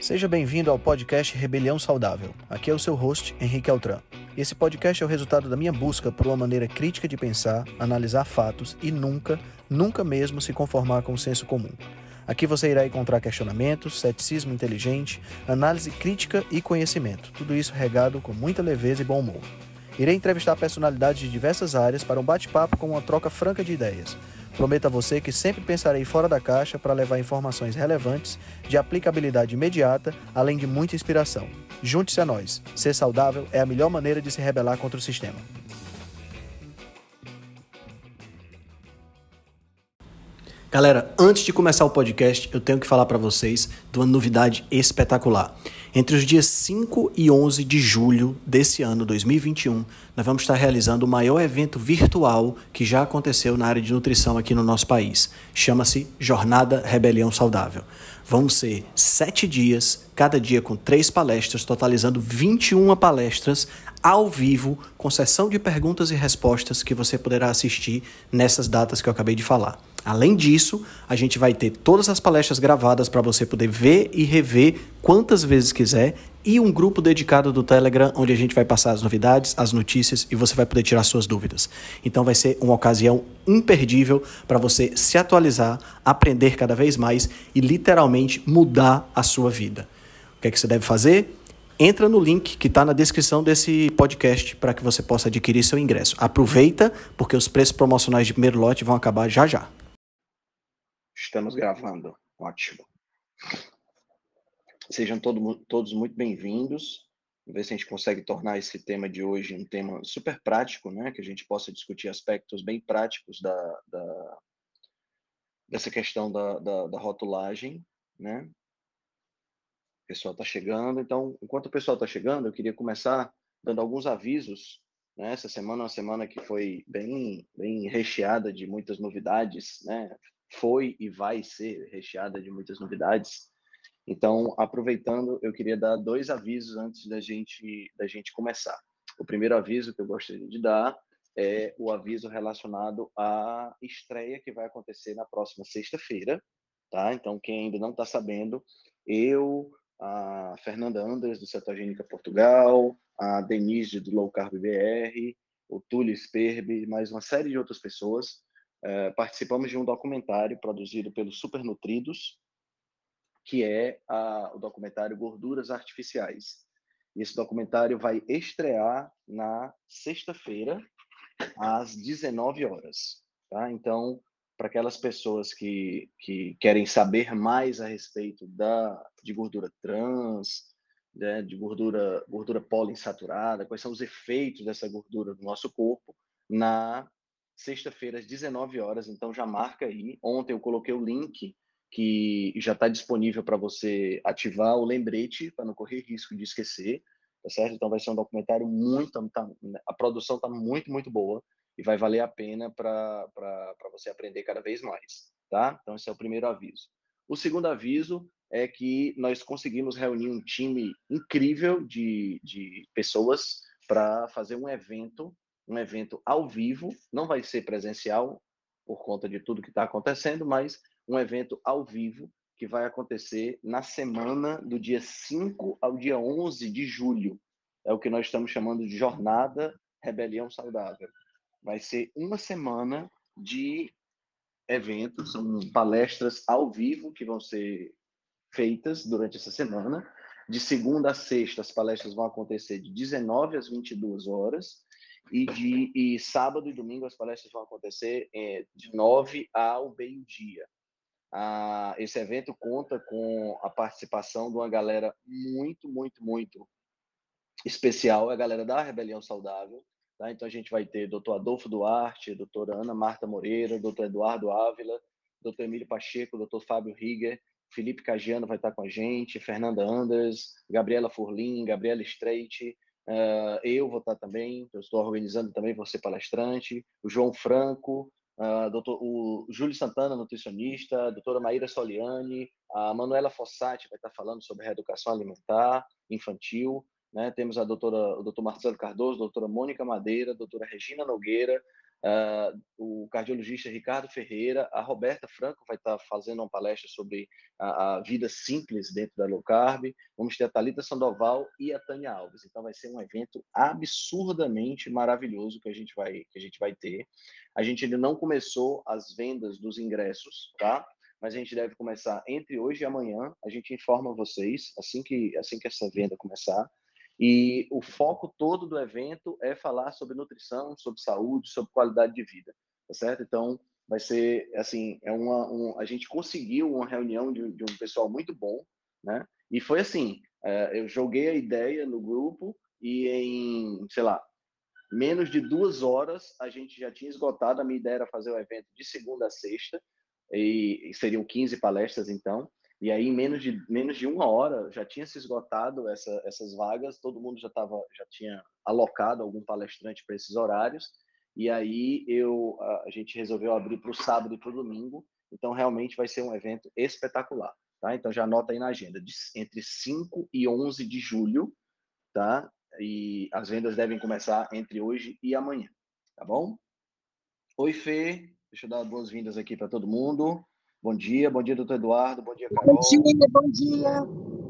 Seja bem-vindo ao podcast Rebelião Saudável. Aqui é o seu host, Henrique Altran. Esse podcast é o resultado da minha busca por uma maneira crítica de pensar, analisar fatos e nunca mesmo se conformar com o senso comum. Aqui você irá encontrar questionamentos, ceticismo inteligente, análise crítica e conhecimento. Tudo isso regado com muita leveza e bom humor. Irei entrevistar personalidades de diversas áreas para um bate-papo com uma troca franca de ideias. Prometo a você que sempre pensarei fora da caixa para levar informações relevantes, de aplicabilidade imediata, além de muita inspiração. Junte-se a nós. Ser saudável é a melhor maneira de se rebelar contra o sistema. Galera, antes de começar o podcast, eu tenho que falar para vocês de uma novidade espetacular. Entre os dias 5 e 11 de julho desse ano, 2021, nós vamos estar realizando o maior evento virtual que já aconteceu na área de nutrição aqui no nosso país. Chama-se Jornada Rebelião Saudável. Vão ser 7 dias, cada dia com 3 palestras, totalizando 21 palestras ao vivo, com sessão de perguntas e respostas que você poderá assistir nessas datas que eu acabei de falar. Além disso, a gente vai ter todas as palestras gravadas para você poder ver e rever quantas vezes quiser e um grupo dedicado do Telegram onde a gente vai passar as novidades, as notícias e você vai poder tirar suas dúvidas. Então vai ser uma ocasião imperdível para você se atualizar, aprender cada vez mais e literalmente mudar a sua vida. O que é que você deve fazer? Entra no link que está na descrição desse podcast para que você possa adquirir seu ingresso. Aproveita, porque os preços promocionais de primeiro lote vão acabar já já. Estamos gravando. Ótimo. Sejam todos muito bem-vindos. Vamos ver se a gente consegue tornar esse tema de hoje um tema super prático, né? Que a gente possa discutir aspectos bem práticos dessa questão da rotulagem, né? O pessoal está chegando. Então, enquanto o pessoal está chegando, eu queria começar dando alguns avisos. Né? Essa semana é uma semana que foi bem recheada de muitas novidades, né? Foi e vai ser recheada de muitas novidades. Então, aproveitando, eu queria dar 2 avisos antes da gente começar. O primeiro aviso que eu gostaria de dar é o aviso relacionado à estreia que vai acontecer na próxima sexta-feira, tá? Então, quem ainda não está sabendo, eu, a Fernanda Anders, do Cetogênica Portugal, a Denise, do Low Carb BR, o Túlio Sperbi, mais uma série de outras pessoas, participamos de um documentário produzido pelo Super Nutridos, que é o documentário Gorduras Artificiais. E esse documentário vai estrear na sexta-feira, às 19 horas. Tá? Então, para aquelas pessoas que querem saber mais a respeito de gordura trans, né, de gordura poliinsaturada, quais são os efeitos dessa gordura no nosso corpo, na sexta-feira, às 19 horas. Então, já marca aí. Ontem eu coloquei o link que já está disponível para você ativar o lembrete, para não correr risco de esquecer, tá certo? Então vai ser um documentário a produção está muito boa e vai valer a pena para você aprender cada vez mais, tá? Então esse é o primeiro aviso. O segundo aviso é que nós conseguimos reunir um time incrível de pessoas para fazer um evento ao vivo, não vai ser presencial por conta de tudo que está acontecendo, mas um evento ao vivo que vai acontecer na semana do dia 5 ao dia 11 de julho. É o que nós estamos chamando de Jornada Rebelião Saudável. Vai ser uma semana de eventos, são palestras ao vivo que vão ser feitas durante essa semana. De segunda a sexta, as palestras vão acontecer de 19 às 22 horas. E sábado e domingo as palestras vão acontecer de 9 ao meio-dia. Esse evento conta com a participação de uma galera muito especial, a galera da Rebelião Saudável. Tá? Então a gente vai ter Dr. Adolfo Duarte, doutora Ana Marta Moreira, Dr. Eduardo Ávila, Dr. Emílio Pacheco, Dr. Fábio Rieger, Felipe Cagiano vai estar com a gente, Fernanda Anders, Gabriela Furlim, Gabriela Streit, eu vou estar também, eu estou organizando também, vou ser palestrante, o João Franco, o Júlio Santana, nutricionista, a doutora Maíra Soliani, a Manuela Fossati vai estar falando sobre reeducação alimentar infantil, né? Temos o doutor Marcelo Cardoso, a doutora Mônica Madeira, a doutora Regina Nogueira, o cardiologista Ricardo Ferreira, a Roberta Franco vai estar fazendo uma palestra sobre a vida simples dentro da low carb, vamos ter a Thalita Sandoval e a Tânia Alves. Então vai ser um evento absurdamente maravilhoso que a gente vai ter. A gente ainda não começou as vendas dos ingressos, tá? Mas a gente deve começar entre hoje e amanhã. A gente informa vocês assim que essa venda começar. E o foco todo do evento é falar sobre nutrição, sobre saúde, sobre qualidade de vida, tá certo? Então, vai ser, assim, a gente conseguiu uma reunião de um pessoal muito bom, né? E foi assim, eu joguei a ideia no grupo e em, sei lá, menos de 2 horas a gente já tinha esgotado. A minha ideia era fazer o evento de segunda a sexta, e seriam 15 palestras, então. E aí, em menos de 1 hora, já tinha se esgotado essas vagas, todo mundo já tinha alocado algum palestrante para esses horários, e aí a gente resolveu abrir para o sábado e para o domingo, então realmente vai ser um evento espetacular, tá? Então já anota aí na agenda, entre 5 e 11 de julho, tá? E as vendas devem começar entre hoje e amanhã, tá bom? Oi, Fê. Deixa eu dar boas-vindas aqui para todo mundo. Bom dia, doutor Eduardo. Bom dia, Bom Carol. dia, bom dia.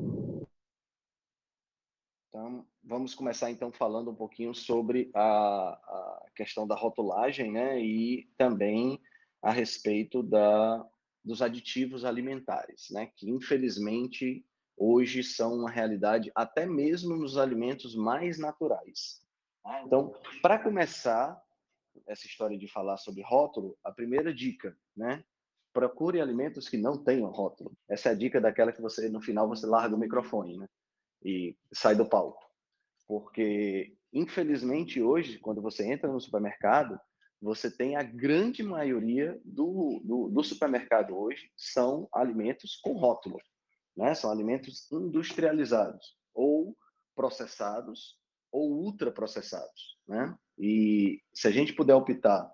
Então, vamos começar então falando um pouquinho sobre a questão da rotulagem, né? E também a respeito dos aditivos alimentares, né? Que infelizmente hoje são uma realidade até mesmo nos alimentos mais naturais. Então, para começar essa história de falar sobre rótulo, a primeira dica, né? Procure alimentos que não tenham rótulo. Essa é a dica daquela que você, no final, você larga o microfone, né? E sai do palco. Porque, infelizmente, hoje, quando você entra no supermercado, você tem a grande maioria do supermercado hoje são alimentos com rótulo, né? São alimentos industrializados, ou processados, ou ultraprocessados, né? E se a gente puder optar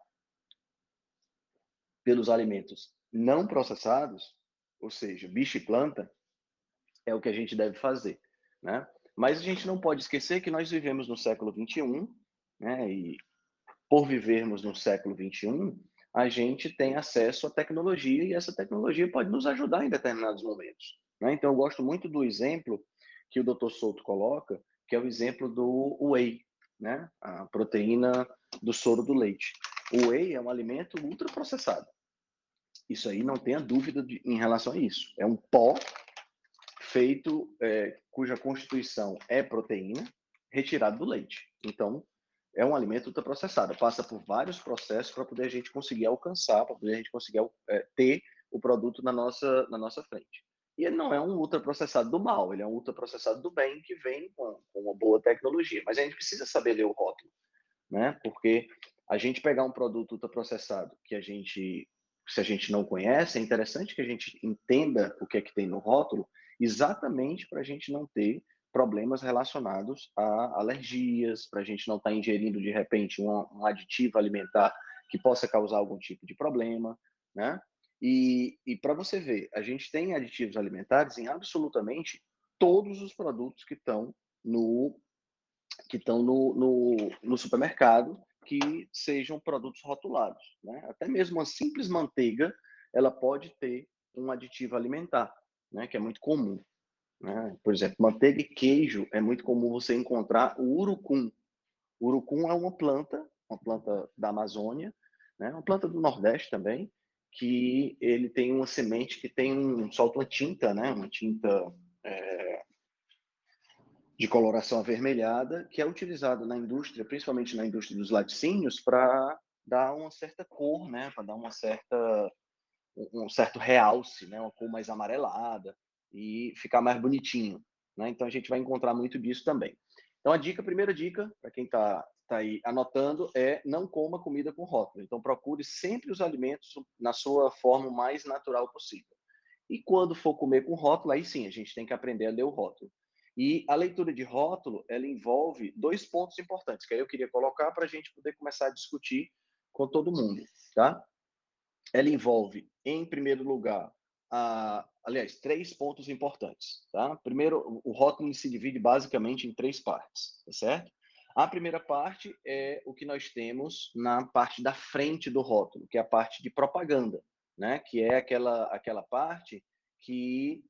pelos alimentos não processados, ou seja, bicho e planta, é o que a gente deve fazer, né? Mas a gente não pode esquecer que nós vivemos no século XXI, né? E por vivermos no século XXI, a gente tem acesso à tecnologia e essa tecnologia pode nos ajudar em determinados momentos, né? Então, eu gosto muito do exemplo que o Dr. Souto coloca, que é o exemplo do whey, né? A proteína do soro do leite. O whey é um alimento ultraprocessado. Isso aí não tenha dúvida em relação a isso. É um pó feito, cuja constituição é proteína, retirado do leite. Então, é um alimento ultraprocessado. Passa por vários processos para poder a gente conseguir alcançar, para poder a gente conseguir ter o produto na nossa frente. E ele não é um ultraprocessado do mal, ele é um ultraprocessado do bem que vem com uma boa tecnologia. Mas a gente precisa saber ler o rótulo, né? Porque a gente pegar um produto ultraprocessado se a gente não conhece, é interessante que a gente entenda o que é que tem no rótulo, exatamente para a gente não ter problemas relacionados a alergias, para a gente não estar ingerindo de repente um aditivo alimentar que possa causar algum tipo de problema, né? E para você ver, a gente tem aditivos alimentares em absolutamente todos os produtos que estão no supermercado, que sejam produtos rotulados, né? Até mesmo uma simples manteiga, ela pode ter um aditivo alimentar, né? Que é muito comum, né? Por exemplo, manteiga e queijo é muito comum você encontrar o urucum. O urucum é uma planta da Amazônia, né? Uma planta do Nordeste também, que ele tem uma semente que solta uma tinta, né? Uma tinta de coloração avermelhada, que é utilizado na indústria, principalmente na indústria dos laticínios, para dar uma certa cor, né? Para dar um certo realce, né? Uma cor mais amarelada e ficar mais bonitinho, né? Então a gente vai encontrar muito disso também. Então a primeira dica, para quem está aí anotando, é não coma comida com rótulo. Então procure sempre os alimentos na sua forma mais natural possível. E quando for comer com rótulo, aí sim, a gente tem que aprender a ler o rótulo. E a leitura de rótulo, ela envolve 2 pontos importantes, que aí eu queria colocar para a gente poder começar a discutir com todo mundo, tá? Ela envolve, em primeiro lugar, aliás, 3 pontos importantes, tá? Primeiro, o rótulo se divide basicamente em 3 partes, tá certo? A primeira parte é o que nós temos na parte da frente do rótulo, que é a parte de propaganda, né? Que é aquela parte que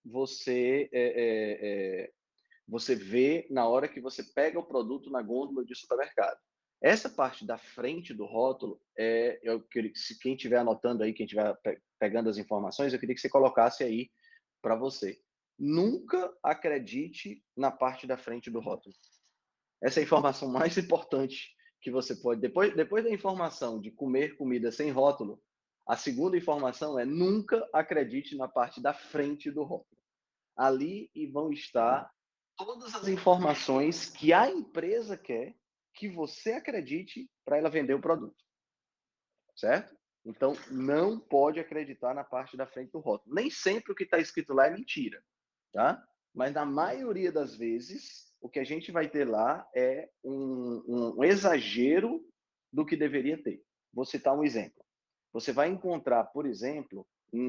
você vê na hora que você pega o produto na gôndola de supermercado. Essa parte da frente do rótulo, eu queria que, se quem estiver anotando aí, quem estiver pegando as informações, eu queria que você colocasse aí para você. Nunca acredite na parte da frente do rótulo. Essa é a informação mais importante que você pode. Depois da informação de comer comida sem rótulo, a segunda informação é nunca acredite na parte da frente do rótulo. Ali e vão estar todas as informações que a empresa quer que você acredite para ela vender o produto, certo? Então, não pode acreditar na parte da frente do rótulo. Nem sempre o que está escrito lá é mentira, tá? Mas na maioria das vezes, o que a gente vai ter lá é um exagero do que deveria ter. Vou citar um exemplo. Você vai encontrar, por exemplo,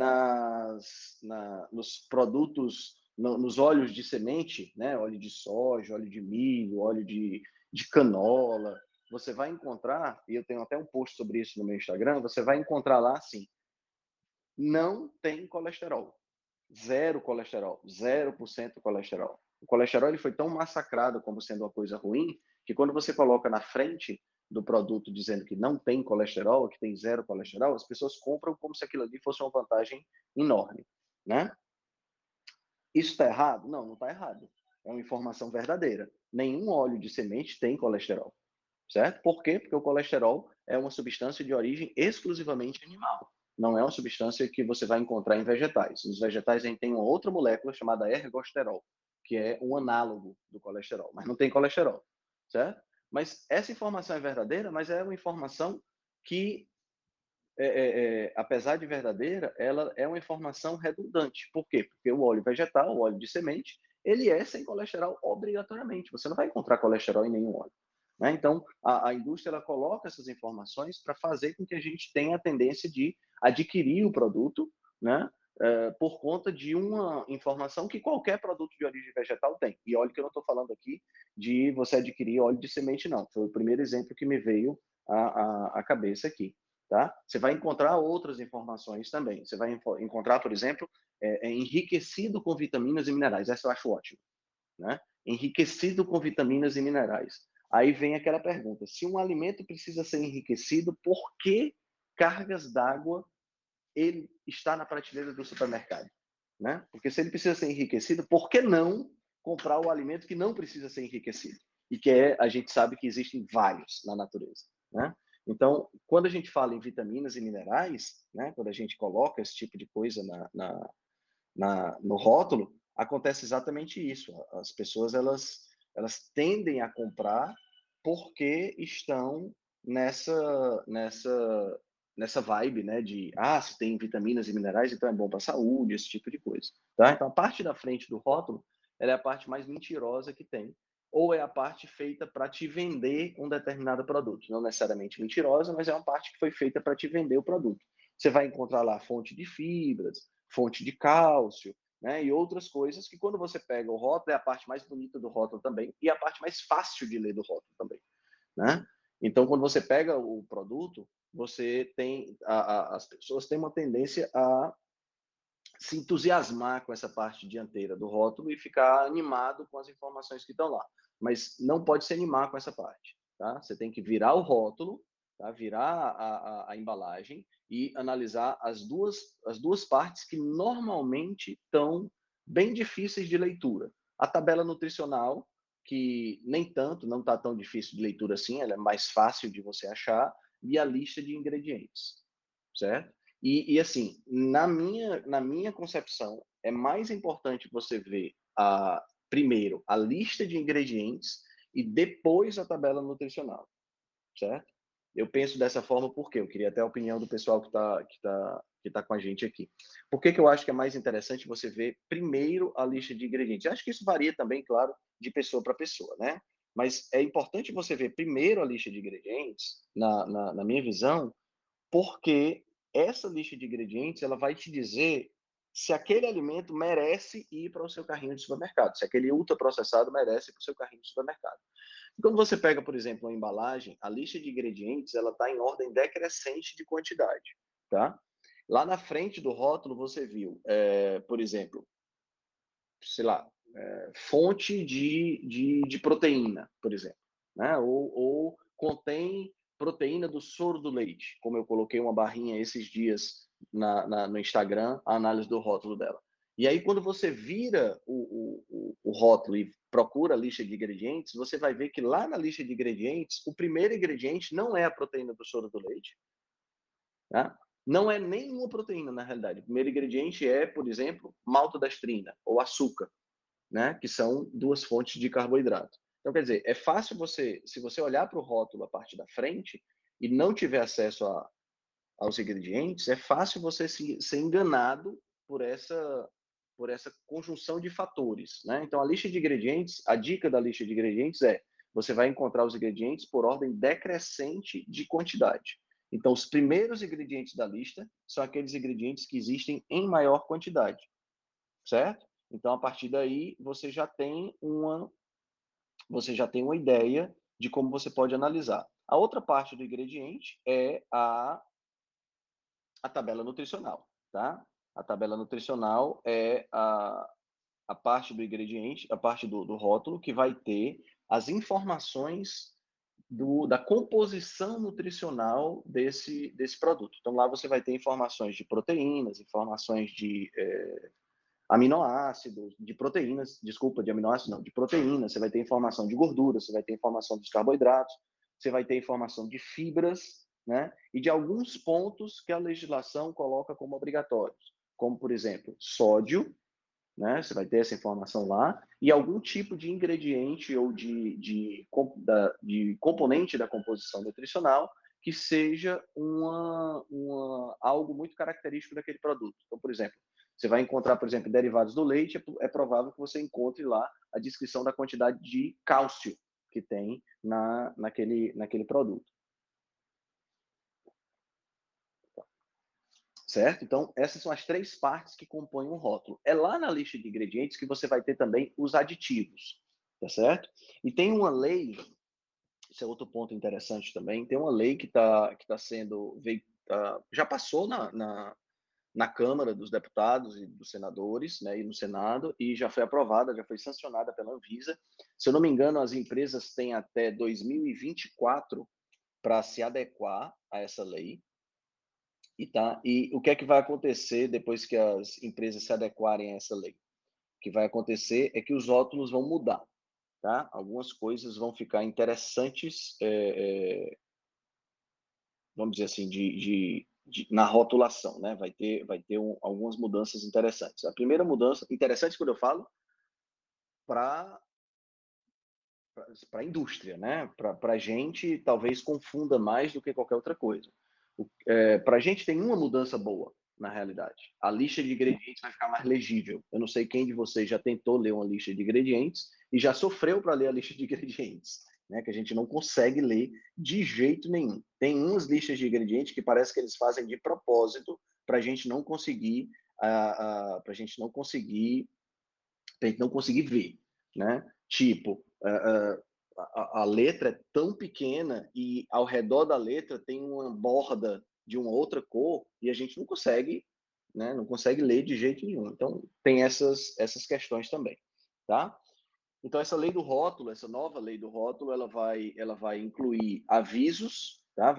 nos produtos, nos óleos de semente, né? Óleo de soja, óleo de milho, óleo de canola. Você vai encontrar, e eu tenho até um post sobre isso no meu Instagram, você vai encontrar lá assim, não tem colesterol. Zero colesterol, 0% colesterol. O colesterol ele foi tão massacrado como sendo uma coisa ruim, que quando você coloca na frente do produto dizendo que não tem colesterol, que tem zero colesterol, as pessoas compram como se aquilo ali fosse uma vantagem enorme, né? Isso está errado? Não, não está errado. É uma informação verdadeira. Nenhum óleo de semente tem colesterol, certo? Por quê? Porque o colesterol é uma substância de origem exclusivamente animal. Não é uma substância que você vai encontrar em vegetais. Nos vegetais a gente tem uma outra molécula chamada ergosterol, que é um análogo do colesterol, mas não tem colesterol, certo? Mas essa informação é verdadeira, mas é uma informação que, apesar de verdadeira, ela é uma informação redundante. Por quê? Porque o óleo vegetal, o óleo de semente, ele é sem colesterol obrigatoriamente. Você não vai encontrar colesterol em nenhum óleo. Né? Então, a indústria ela coloca essas informações para fazer com que a gente tenha a tendência de adquirir o produto, né? Por conta de uma informação que qualquer produto de origem vegetal tem. E olha que eu não estou falando aqui de você adquirir óleo de semente, não. Foi o primeiro exemplo que me veio à cabeça aqui. Tá? Você vai encontrar outras informações também. Você vai encontrar, por exemplo, enriquecido com vitaminas e minerais. Essa eu acho ótimo. Né? Enriquecido com vitaminas e minerais. Aí vem aquela pergunta: se um alimento precisa ser enriquecido, por que cargas d'água ele está na prateleira do supermercado? Né? Porque se ele precisa ser enriquecido, por que não comprar o alimento que não precisa ser enriquecido? E que a gente sabe que existem vários na natureza. Né? Então, quando a gente fala em vitaminas e minerais, né, quando a gente coloca esse tipo de coisa no rótulo, acontece exatamente isso. As pessoas elas tendem a comprar porque estão nessa vibe, né, de se tem vitaminas e minerais, então é bom para a saúde, esse tipo de coisa, tá? Então a parte da frente do rótulo, ela é a parte mais mentirosa que tem, ou é a parte feita para te vender um determinado produto, não necessariamente mentirosa, mas é uma parte que foi feita para te vender o produto. Você vai encontrar lá fonte de fibras, fonte de cálcio, né, e outras coisas que quando você pega o rótulo, é a parte mais bonita do rótulo também, e a parte mais fácil de ler do rótulo também, né? Então, quando você pega o produto, você tem as pessoas têm uma tendência a se entusiasmar com essa parte dianteira do rótulo e ficar animado com as informações que estão lá. Mas não pode se animar com essa parte, tá? Você tem que virar o rótulo, tá? Virar a embalagem e analisar as duas partes que normalmente estão bem difíceis de leitura. A tabela nutricional, que nem tanto, não está tão difícil de leitura assim, ela é mais fácil de você achar, e a lista de ingredientes, certo? E assim, na minha concepção, é mais importante você ver primeiro a lista de ingredientes e depois a tabela nutricional, certo? Eu penso dessa forma porque eu queria até a opinião do pessoal que tá com a gente aqui. Por que eu acho que é mais interessante você ver primeiro a lista de ingredientes? Eu acho que isso varia também, claro, de pessoa para pessoa, né? Mas é importante você ver primeiro a lista de ingredientes, na minha visão, porque essa lista de ingredientes ela vai te dizer se aquele alimento merece ir para o seu carrinho de supermercado, se aquele ultraprocessado merece ir para o seu carrinho de supermercado. E quando você pega, por exemplo, uma embalagem, a lista de ingredientes ela está em ordem decrescente de quantidade, tá? Lá na frente do rótulo você viu, por exemplo, sei lá, fonte de proteína, por exemplo, né? Ou contém proteína do soro do leite, como eu coloquei uma barrinha esses dias no Instagram, a análise do rótulo dela. E aí, quando você vira o rótulo e procura a lista de ingredientes, você vai ver que lá na lista de ingredientes, o primeiro ingrediente não é a proteína do soro do leite, tá? Não é nenhuma proteína, na realidade. O primeiro ingrediente é, por exemplo, maltodestrina ou açúcar, né? Que são duas fontes de carboidrato. Então, quer dizer, é fácil você, se você olhar para o rótulo a parte da frente e não tiver acesso aos ingredientes, é fácil você ser enganado por essa conjunção de fatores, né? Então, a lista de ingredientes, a dica da lista de ingredientes é: você vai encontrar os ingredientes por ordem decrescente de quantidade. Então, os primeiros ingredientes da lista são aqueles ingredientes que existem em maior quantidade, certo? Então, a partir daí, você já tem uma ideia de como você pode analisar. A outra parte do ingrediente é a tabela nutricional, tá? A tabela nutricional é a parte do ingrediente, a parte do rótulo, que vai ter as informações da composição nutricional desse produto. Então, lá você vai ter informações de proteínas, informações de aminoácidos, de proteínas, desculpa, de aminoácidos não, de proteínas, você vai ter informação de gordura, você vai ter informação dos carboidratos, você vai ter informação de fibras, né? E de alguns pontos que a legislação coloca como obrigatórios, como, por exemplo, sódio, né? Você vai ter essa informação lá, e algum tipo de ingrediente ou de componente da composição nutricional que seja algo muito característico daquele produto. Então, por exemplo, você vai encontrar, por exemplo, derivados do leite, é provável que você encontre lá a descrição da quantidade de cálcio que tem naquele produto. Certo? Então, essas são as três partes que compõem um rótulo. É lá na lista de ingredientes que você vai ter também os aditivos, tá certo? E tem uma lei, esse é outro ponto interessante também, tem uma lei que tá sendo, já passou na Câmara dos Deputados e dos Senadores, né, e no Senado, e já foi aprovada, já foi sancionada pela Anvisa. Se eu não me engano, as empresas têm até 2024 para se adequar a essa lei. E o que é que vai acontecer depois que as empresas se adequarem a essa lei? O que vai acontecer é que os rótulos vão mudar, tá? Algumas coisas vão ficar interessantes, vamos dizer assim, na rotulação, né? Vai ter algumas mudanças interessantes. A primeira mudança, interessante quando eu falo, para a indústria, né? Para a gente, talvez confunda mais do que qualquer outra coisa. Para a gente tem uma mudança boa, na realidade. A lista de ingredientes vai ficar mais legível. Eu não sei quem de vocês já tentou ler uma lista de ingredientes e já sofreu para ler a lista de ingredientes, né? Que a gente não consegue ler de jeito nenhum. Tem umas listas de ingredientes que parece que eles fazem de propósito para a gente não conseguir, para a gente não conseguir ver, né? Tipo, a letra é tão pequena e ao redor da letra tem uma borda de uma outra cor e a gente não consegue, né? Não consegue ler de jeito nenhum. Então, tem essas questões também, tá? Então, essa lei do rótulo, essa nova lei do rótulo, ela vai incluir avisos, tá?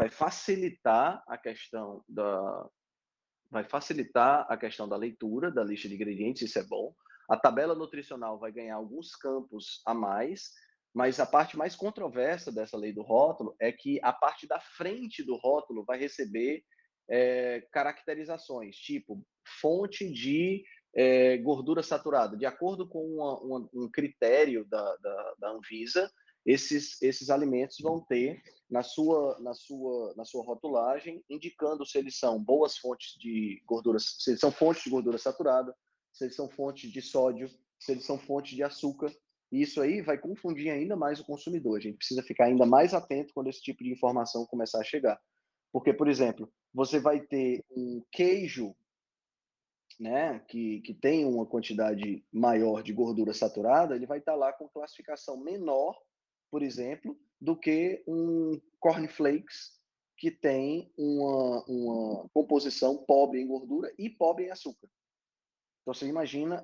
Vai facilitar a questão da leitura da lista de ingredientes, isso é bom. A tabela nutricional vai ganhar alguns campos a mais, mas a parte mais controversa dessa lei do rótulo é que a parte da frente do rótulo vai receber caracterizações, tipo fonte de gordura saturada. De acordo com um critério da Anvisa, esses alimentos vão ter na sua rotulagem, indicando se eles são boas fontes de gorduras, se eles são fontes de gordura saturada, se eles são fontes de sódio, se eles são fontes de açúcar. E isso aí vai confundir ainda mais o consumidor. A gente precisa ficar ainda mais atento quando esse tipo de informação começar a chegar. Porque, por exemplo, você vai ter um queijo né, que tem uma quantidade maior de gordura saturada, ele vai estar lá com classificação menor, por exemplo, do que um cornflakes que tem uma composição pobre em gordura e pobre em açúcar. Então você imagina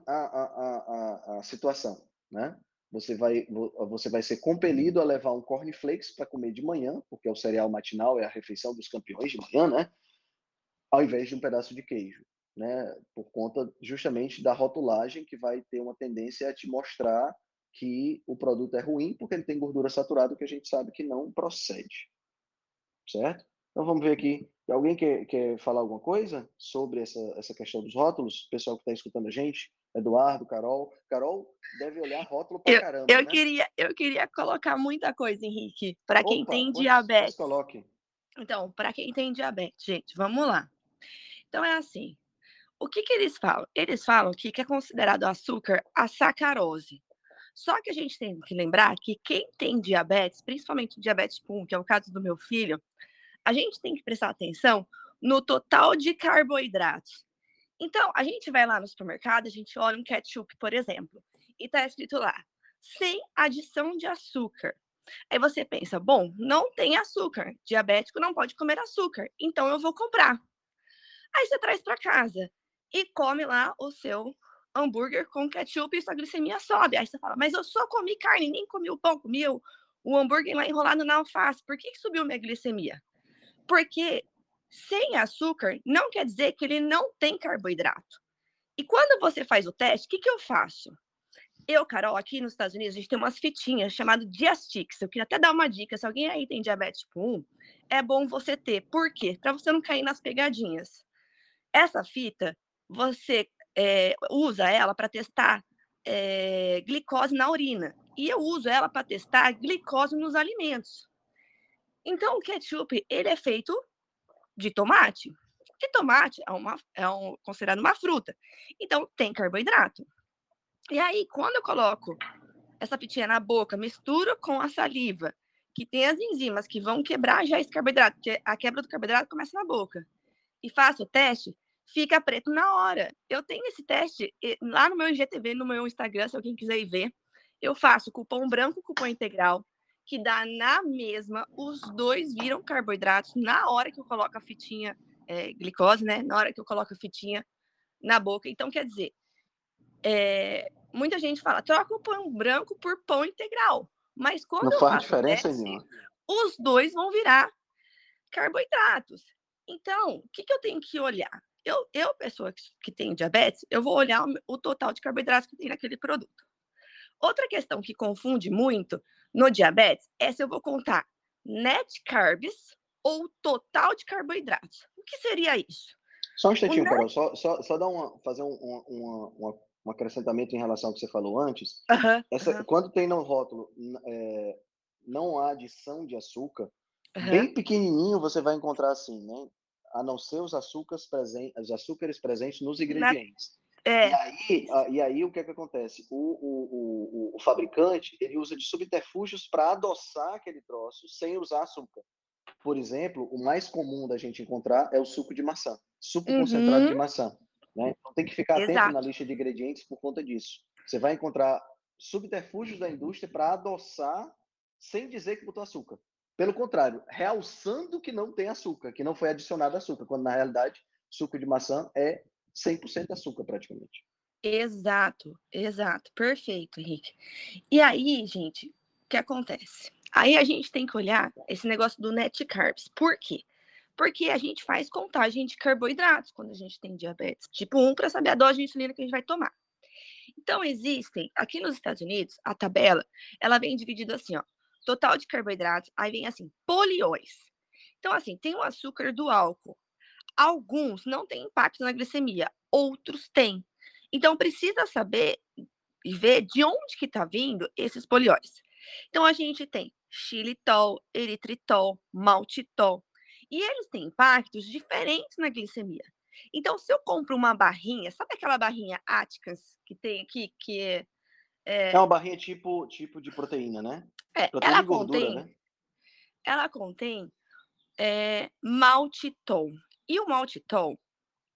a situação, né? Você vai ser compelido a levar um cornflakes para comer de manhã, porque é o cereal matinal, é a refeição dos campeões de manhã, né? Ao invés de um pedaço de queijo, né? Por conta justamente da rotulagem que vai ter uma tendência a te mostrar que o produto é ruim porque ele tem gordura saturada que a gente sabe que não procede, certo? Então vamos ver aqui. Alguém quer falar alguma coisa sobre essa questão dos rótulos? Pessoal que está escutando a gente, Eduardo, Carol. Carol deve olhar rótulo pra Eu, caramba, eu né? queria, eu queria colocar muita coisa, Henrique, para quem Opa, tem pois diabetes. coloque. Então, para quem tem diabetes, gente, vamos lá. Então é assim, o que eles falam? Eles falam que é considerado açúcar a sacarose. Só que a gente tem que lembrar que quem tem diabetes, principalmente diabetes tipo 1, que é o caso do meu filho, a gente tem que prestar atenção no total de carboidratos. Então, a gente vai lá no supermercado, a gente olha um ketchup, por exemplo, e tá escrito lá, sem adição de açúcar. Aí você pensa, bom, não tem açúcar, diabético não pode comer açúcar, então eu vou comprar. Aí você traz para casa e come lá o seu hambúrguer com ketchup e sua glicemia sobe. Aí você fala, mas eu só comi carne, nem comi o pão, comi o hambúrguer lá enrolado na alface. Por que subiu minha glicemia? Porque sem açúcar não quer dizer que ele não tem carboidrato. E quando você faz o teste, o que eu faço? Eu, Carol, aqui nos Estados Unidos, a gente tem umas fitinhas chamadas Diastix. Eu queria até dar uma dica. Se alguém aí tem diabetes tipo 1, é bom você ter. Por quê? Para você não cair nas pegadinhas. Essa fita, você usa ela para testar glicose na urina. E eu uso ela para testar glicose nos alimentos. Então, o ketchup, ele é feito de tomate. E tomate considerado uma fruta. Então, tem carboidrato. E aí, quando eu coloco essa fitinha na boca, misturo com a saliva, que tem as enzimas que vão quebrar já esse carboidrato, porque a quebra do carboidrato começa na boca, e faço o teste, fica preto na hora. Eu tenho esse teste lá no meu IGTV, no meu Instagram, se alguém quiser ir ver. Eu faço cupom branco, cupom integral, que dá na mesma, os dois viram carboidratos na hora que eu coloco a fitinha, glicose, né? Na hora que eu coloco a fitinha na boca. Então, quer dizer, muita gente fala, troca o pão branco por pão integral. Mas quando Não eu faz faço o diferença teste, nenhuma. os dois vão virar carboidratos. Então, o que eu tenho que olhar? Eu pessoa que tem diabetes, eu vou olhar o total de carboidratos que tem naquele produto. Outra questão que confunde muito no diabetes é se eu vou contar net carbs ou total de carboidratos. O que seria isso? Só um O instantinho, net... Carol. Só dar fazer um acrescentamento em relação ao que você falou antes. Quando tem no rótulo não há adição de açúcar, bem pequenininho você vai encontrar assim, né? A não ser os açúcares presentes nos ingredientes. E aí o que é que acontece? O fabricante ele usa de subterfúgios para adoçar aquele troço sem usar açúcar. Por exemplo, o mais comum da gente encontrar é o suco de maçã, suco concentrado de maçã. Né? Então tem que ficar atento na lista de ingredientes por conta disso. Você vai encontrar subterfúgios da indústria para adoçar sem dizer que botou açúcar. Pelo contrário, realçando que não tem açúcar, que não foi adicionado açúcar, quando na realidade suco de maçã é 100% açúcar praticamente. Exato, perfeito, Henrique. E aí, gente, o que acontece? Aí a gente tem que olhar esse negócio do net carbs. Por quê? Porque a gente faz contagem de carboidratos quando a gente tem diabetes tipo 1 para saber a dose de insulina que a gente vai tomar. Então, existem, aqui nos Estados Unidos, a tabela, ela vem dividida assim, ó, total de carboidratos, aí vem assim, polióis. Então, assim, tem o açúcar do álcool. Alguns não têm impacto na glicemia, outros têm. Então, precisa saber e ver de onde que está vindo esses polióis. Então, a gente tem xilitol, eritritol, maltitol. E eles têm impactos diferentes na glicemia. Então, se eu compro uma barrinha, sabe aquela barrinha Atkins que tem aqui, que É uma barrinha tipo de proteína, né? Proteína ela e gordura, contém, né? ela contém maltitol. E o maltitol,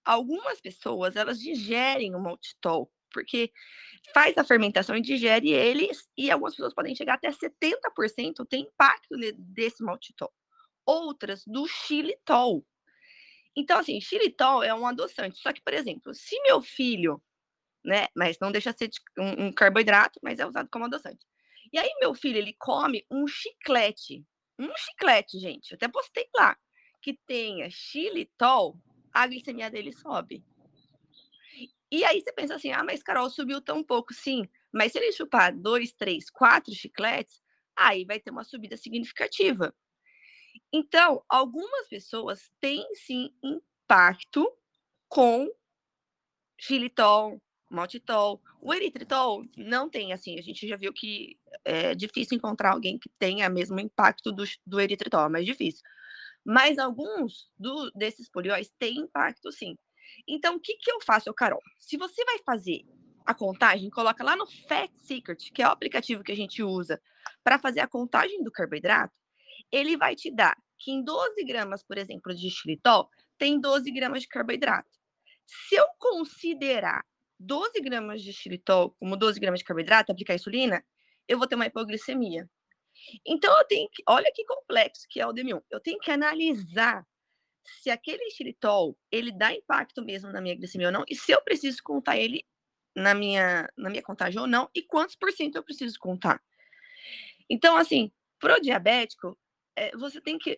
algumas pessoas, elas digerem o maltitol, porque faz a fermentação e digere eles, e algumas pessoas podem chegar até 70% tem impacto desse maltitol. Outras do xilitol. Então, assim, xilitol é um adoçante. Só que, por exemplo, se meu filho, né, mas não deixa de ser um carboidrato, mas é usado como adoçante. E aí meu filho, ele come um chiclete, gente, eu até postei lá, que tenha xilitol, a glicemia dele sobe. E aí você pensa assim, mas Carol, subiu tão pouco. Sim, mas se ele chupar 2, 3, 4 chicletes, aí vai ter uma subida significativa. Então, algumas pessoas têm sim impacto com xilitol, maltitol. O eritritol não tem, assim, a gente já viu que é difícil encontrar alguém que tenha mesmo impacto do eritritol, é mais difícil. Mas alguns desses polióis têm impacto, sim. Então, o que eu faço, Carol? Se você vai fazer a contagem, coloca lá no Fat Secret, que é o aplicativo que a gente usa para fazer a contagem do carboidrato, ele vai te dar que em 12 gramas, por exemplo, de xilitol, tem 12 gramas de carboidrato. Se eu considerar 12 gramas de xilitol como 12 gramas de carboidrato, aplicar insulina, eu vou ter uma hipoglicemia. Então, eu tenho que, olha que complexo que é o DM1. Eu tenho que analisar se aquele xilitol, ele dá impacto mesmo na minha glicemia ou não, e se eu preciso contar ele na minha contagem ou não, e quantos por cento eu preciso contar. Então, assim, pro diabético, você tem que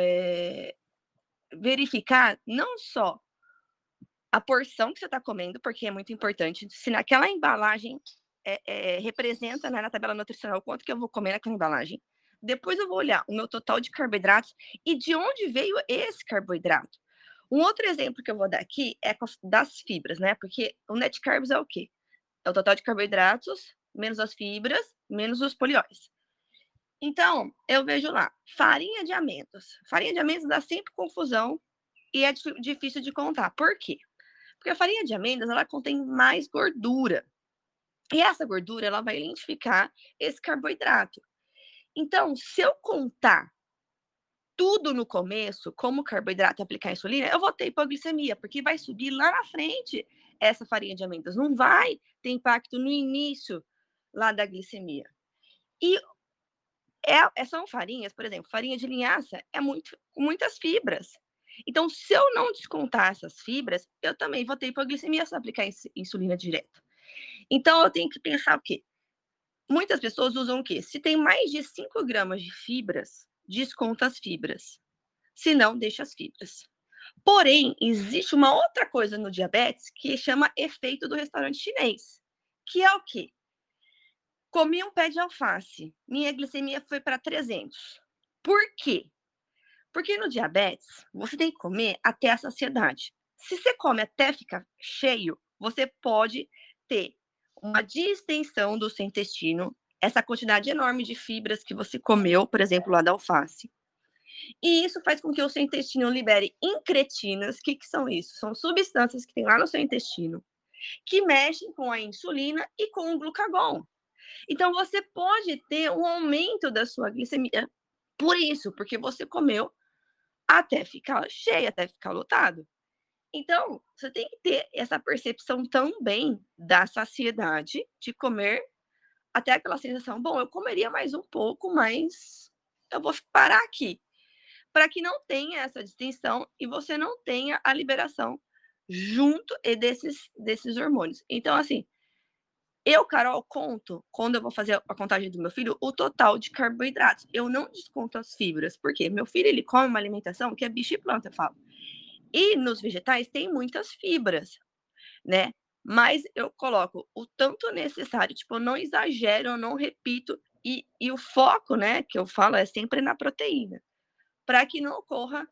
verificar não só a porção que você está comendo, porque é muito importante, se naquela embalagem representa, né, na tabela nutricional quanto que eu vou comer naquela embalagem. Depois eu vou olhar o meu total de carboidratos e de onde veio esse carboidrato. Um outro exemplo que eu vou dar aqui é das fibras, né? Porque o net carbs é o quê? É o total de carboidratos, menos as fibras, menos os polióis. Então, eu vejo lá, farinha de amêndoas. Farinha de amêndoas dá sempre confusão e é difícil de contar. Por quê? Porque a farinha de amêndoas, ela contém mais gordura. E essa gordura, ela vai identificar esse carboidrato. Então, se eu contar tudo no começo, como carboidrato e aplicar insulina, eu vou ter hipoglicemia, porque vai subir lá na frente essa farinha de amêndoas. Não vai ter impacto no início lá da glicemia. E são farinhas, por exemplo, farinha de linhaça com muitas fibras. Então, se eu não descontar essas fibras, eu também vou ter hipoglicemia se aplicar insulina direto. Então, eu tenho que pensar o quê? Muitas pessoas usam o quê? Se tem mais de 5 gramas de fibras, desconta as fibras. Se não, deixa as fibras. Porém, existe uma outra coisa no diabetes que chama efeito do restaurante chinês, que é o quê? Comi um pé de alface, minha glicemia foi para 300. Por quê? Porque no diabetes, você tem que comer até a saciedade. Se você come até ficar cheio, você pode ter uma distensão do seu intestino, essa quantidade enorme de fibras que você comeu, por exemplo, lá da alface. E isso faz com que o seu intestino libere incretinas. O que são isso? São substâncias que tem lá no seu intestino, que mexem com a insulina e com o glucagon. Então, você pode ter um aumento da sua glicemia por isso, porque você comeu até ficar cheio, até ficar lotado. Então, você tem que ter essa percepção também da saciedade, de comer até aquela sensação, bom, eu comeria mais um pouco, mas eu vou parar aqui. Para que não tenha essa distinção e você não tenha a liberação junto desses hormônios. Então, assim, eu, Carol, conto, quando eu vou fazer a contagem do meu filho, o total de carboidratos. Eu não desconto as fibras, porque meu filho, ele come uma alimentação que é bicho e planta, eu falo. E nos vegetais tem muitas fibras, né? Mas eu coloco o tanto necessário, tipo, eu não exagero, eu não repito. E o foco, né, que eu falo, é sempre na proteína, para que não ocorra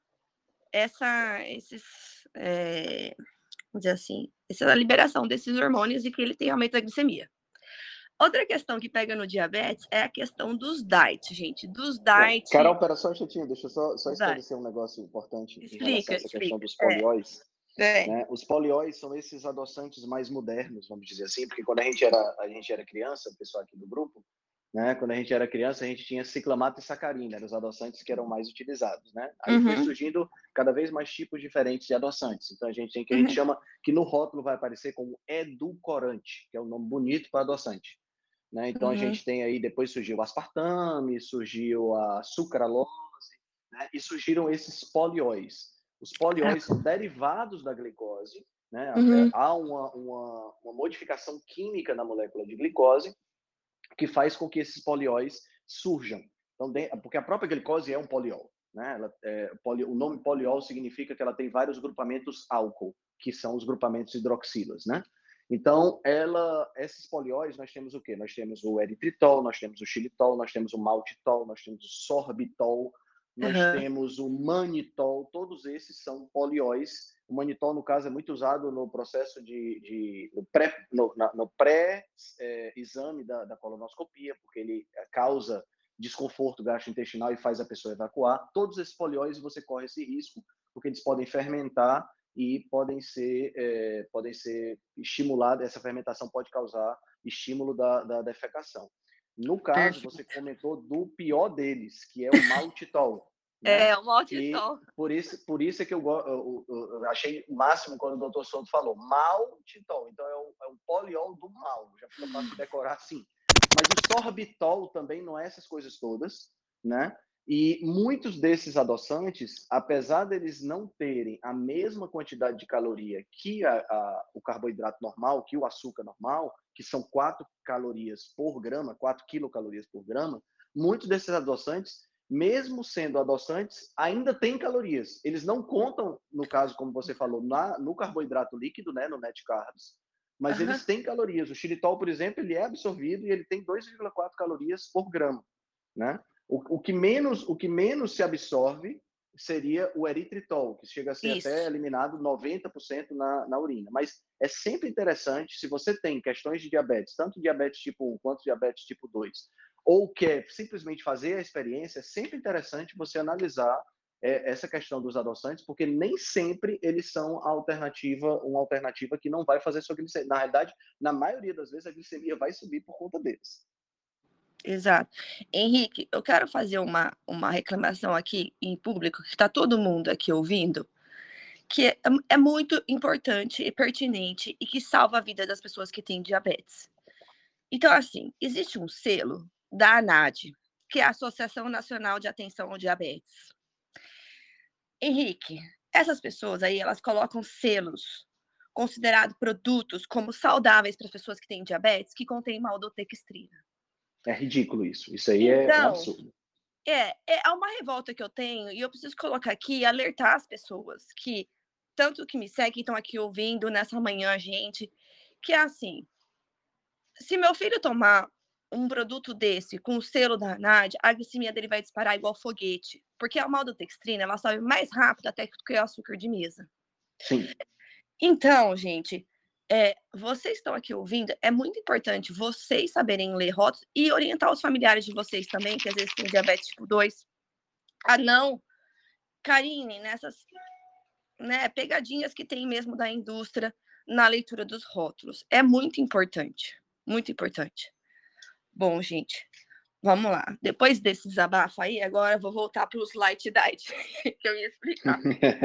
vamos dizer assim, essa liberação desses hormônios e que ele tem aumento da glicemia. Outra questão que pega no diabetes é a questão dos diets, gente. Dos diets. Carol, pera só um instantinho, deixa eu só esclarecer um negócio importante em relação a essa questão dos polióis. Né? Os polióis são esses adoçantes mais modernos, vamos dizer assim, porque quando a gente era criança, o pessoal aqui do grupo, né? Quando a gente era criança, a gente tinha ciclamato e sacarina, eram os adoçantes que eram mais utilizados, né? Aí foi surgindo cada vez mais tipos diferentes de adoçantes. Então a gente tem que a gente chama, que no rótulo vai aparecer como edulcorante, que é um nome bonito para adoçante, né? Então a gente tem aí, depois surgiu o aspartame, surgiu a sucralose, né? E surgiram esses polióis. Os polióis são derivados da glicose, né? Há uma modificação química na molécula de glicose que faz com que esses polióis surjam. Então, porque a própria glicose é um poliol, né? O nome poliol significa que ela tem vários grupamentos álcool, que são os grupamentos hidroxilas, né? Então, esses polióis, nós temos o quê? Nós temos o eritritol, nós temos o xilitol, nós temos o maltitol, nós temos o sorbitol, nós temos o manitol, todos esses são polióis. O manitol, no caso, é muito usado no processo no pré-exame da colonoscopia, porque ele causa desconforto gastrointestinal e faz a pessoa evacuar. Todos esses polióis você corre esse risco, porque eles podem fermentar e podem ser estimulados. Essa fermentação pode causar estímulo da defecação. No caso, você comentou do pior deles, que é o maltitol. Né? O maltitol. Por isso é que eu achei o máximo quando o Dr. Souto falou maltitol. Então é um poliol do mal, já fica fácil de decorar assim. Mas o sorbitol também não é essas coisas todas, né? E muitos desses adoçantes, apesar deles não terem a mesma quantidade de caloria que o carboidrato normal, que o açúcar normal, que são 4 calorias por grama, 4 quilocalorias por grama, muitos desses adoçantes, mesmo sendo adoçantes, ainda têm calorias. Eles não contam, no caso, como você falou, no carboidrato líquido, né, no net carbs, mas eles têm calorias. O xilitol, por exemplo, ele é absorvido e ele tem 2,4 calorias por grama, né? O que menos se absorve seria o eritritol, que chega a ser até eliminado 90% na urina. Mas é sempre interessante, se você tem questões de diabetes, tanto diabetes tipo 1 quanto diabetes tipo 2, ou quer simplesmente fazer a experiência, é sempre interessante você analisar essa questão dos adoçantes, porque nem sempre eles são uma alternativa que não vai fazer sua glicemia. Na realidade, na maioria das vezes, a glicemia vai subir por conta deles. Exato. Henrique, eu quero fazer uma reclamação aqui em público, que está todo mundo aqui ouvindo, que é muito importante e pertinente e que salva a vida das pessoas que têm diabetes. Então, assim, existe um selo da ANAD, que é a Associação Nacional de Atenção ao Diabetes. Henrique, essas pessoas aí, elas colocam selos considerados produtos como saudáveis para as pessoas que têm diabetes, que contêm maltodextrina. É ridículo isso. Isso aí é um absurdo. É uma revolta que eu tenho, e eu preciso colocar aqui e alertar as pessoas que, tanto que me seguem, que estão aqui ouvindo nessa manhã, gente, que é assim, se meu filho tomar um produto desse com o selo da ANAD, a glicemia dele vai disparar igual foguete, porque a maltodextrina, ela sobe mais rápido até que o açúcar de mesa. Sim. Então, gente, vocês estão aqui ouvindo, é muito importante vocês saberem ler rótulos e orientar os familiares de vocês também, que às vezes têm diabetes tipo 2, a não caírem nessas, né, pegadinhas que tem mesmo da indústria na leitura dos rótulos. É muito importante, muito importante. Bom, gente, vamos lá. Depois desse desabafo aí, agora eu vou voltar para os light diet, que eu ia explicar.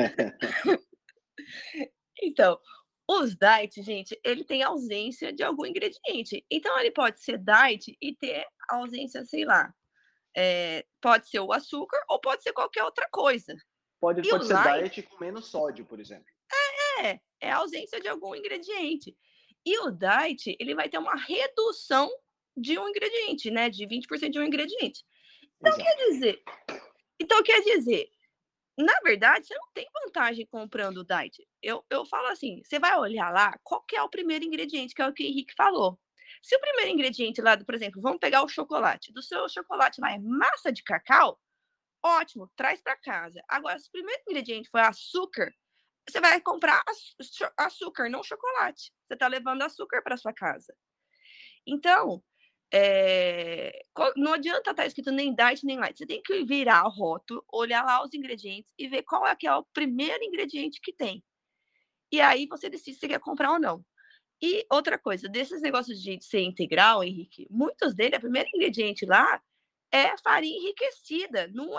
Então, os diet, gente, ele tem ausência de algum ingrediente. Então, ele pode ser diet e ter ausência, sei lá, pode ser o açúcar ou pode ser qualquer outra coisa. Pode ser diet com menos sódio, por exemplo. É a ausência de algum ingrediente. E o diet, ele vai ter uma redução de um ingrediente, né? De 20% de um ingrediente. Então, quer dizer, na verdade, você não tem vantagem comprando o diet. Eu falo assim, você vai olhar lá, qual que é o primeiro ingrediente, que é o que o Henrique falou. Se o primeiro ingrediente lá, por exemplo, vamos pegar o chocolate. Do seu chocolate lá é massa de cacau, ótimo, traz para casa. Agora, se o primeiro ingrediente for açúcar, você vai comprar açúcar, não chocolate. Você está levando açúcar para sua casa. Então, não adianta estar escrito nem diet nem light. Você tem que virar o rótulo, olhar lá os ingredientes e ver qual é que é o primeiro ingrediente que tem. E aí você decide se quer comprar ou não. E outra coisa, desses negócios de ser integral, Henrique, muitos deles, o primeiro ingrediente lá é farinha enriquecida, não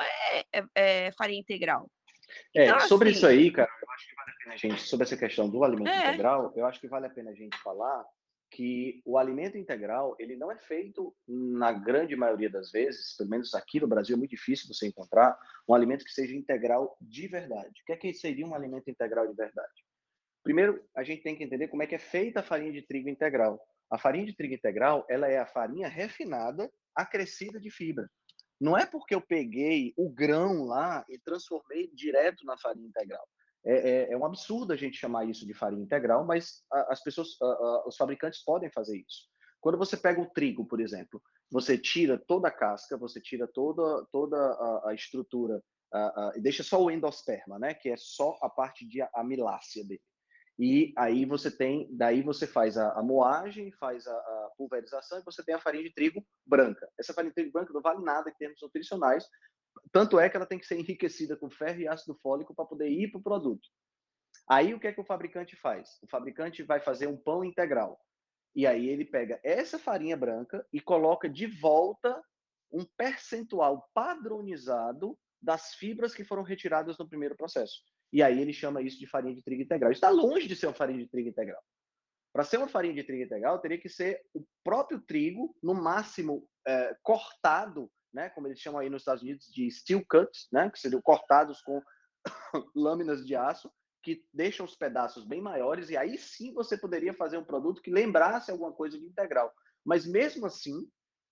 é farinha integral. Então, Sobre isso assim, aí, cara, eu acho que vale a pena a gente, sobre essa questão do alimento é, integral, eu acho que vale a pena a gente falar que o alimento integral, ele não é feito, na grande maioria das vezes, pelo menos aqui no Brasil, é muito difícil você encontrar um alimento que seja integral de verdade. O que seria um alimento integral de verdade? Primeiro, a gente tem que entender como é que é feita a farinha de trigo integral. A farinha de trigo integral, ela é a farinha refinada, acrescida de fibra. Não é porque eu peguei o grão lá e transformei direto na farinha integral. É um absurdo a gente chamar isso de farinha integral, mas as pessoas, os fabricantes podem fazer isso. Quando você pega o trigo, por exemplo, você tira toda a casca, você tira toda a estrutura e deixa só o endosperma, né, que é só a parte de amilácea dele. E aí daí você faz a moagem, faz a pulverização e você tem a farinha de trigo branca. Essa farinha de trigo branca não vale nada em termos nutricionais, tanto é que ela tem que ser enriquecida com ferro e ácido fólico para poder ir para o produto. Aí o que é que o fabricante faz? O fabricante vai fazer um pão integral. E aí ele pega essa farinha branca e coloca de volta um percentual padronizado das fibras que foram retiradas no primeiro processo. E aí ele chama isso de farinha de trigo integral. Está longe de ser uma farinha de trigo integral. Para ser uma farinha de trigo integral, teria que ser o próprio trigo, no máximo cortado, né, como eles chamam aí nos Estados Unidos de steel cuts, né, que seriam cortados com lâminas de aço, que deixam os pedaços bem maiores, e aí sim você poderia fazer um produto que lembrasse alguma coisa de integral. Mas mesmo assim,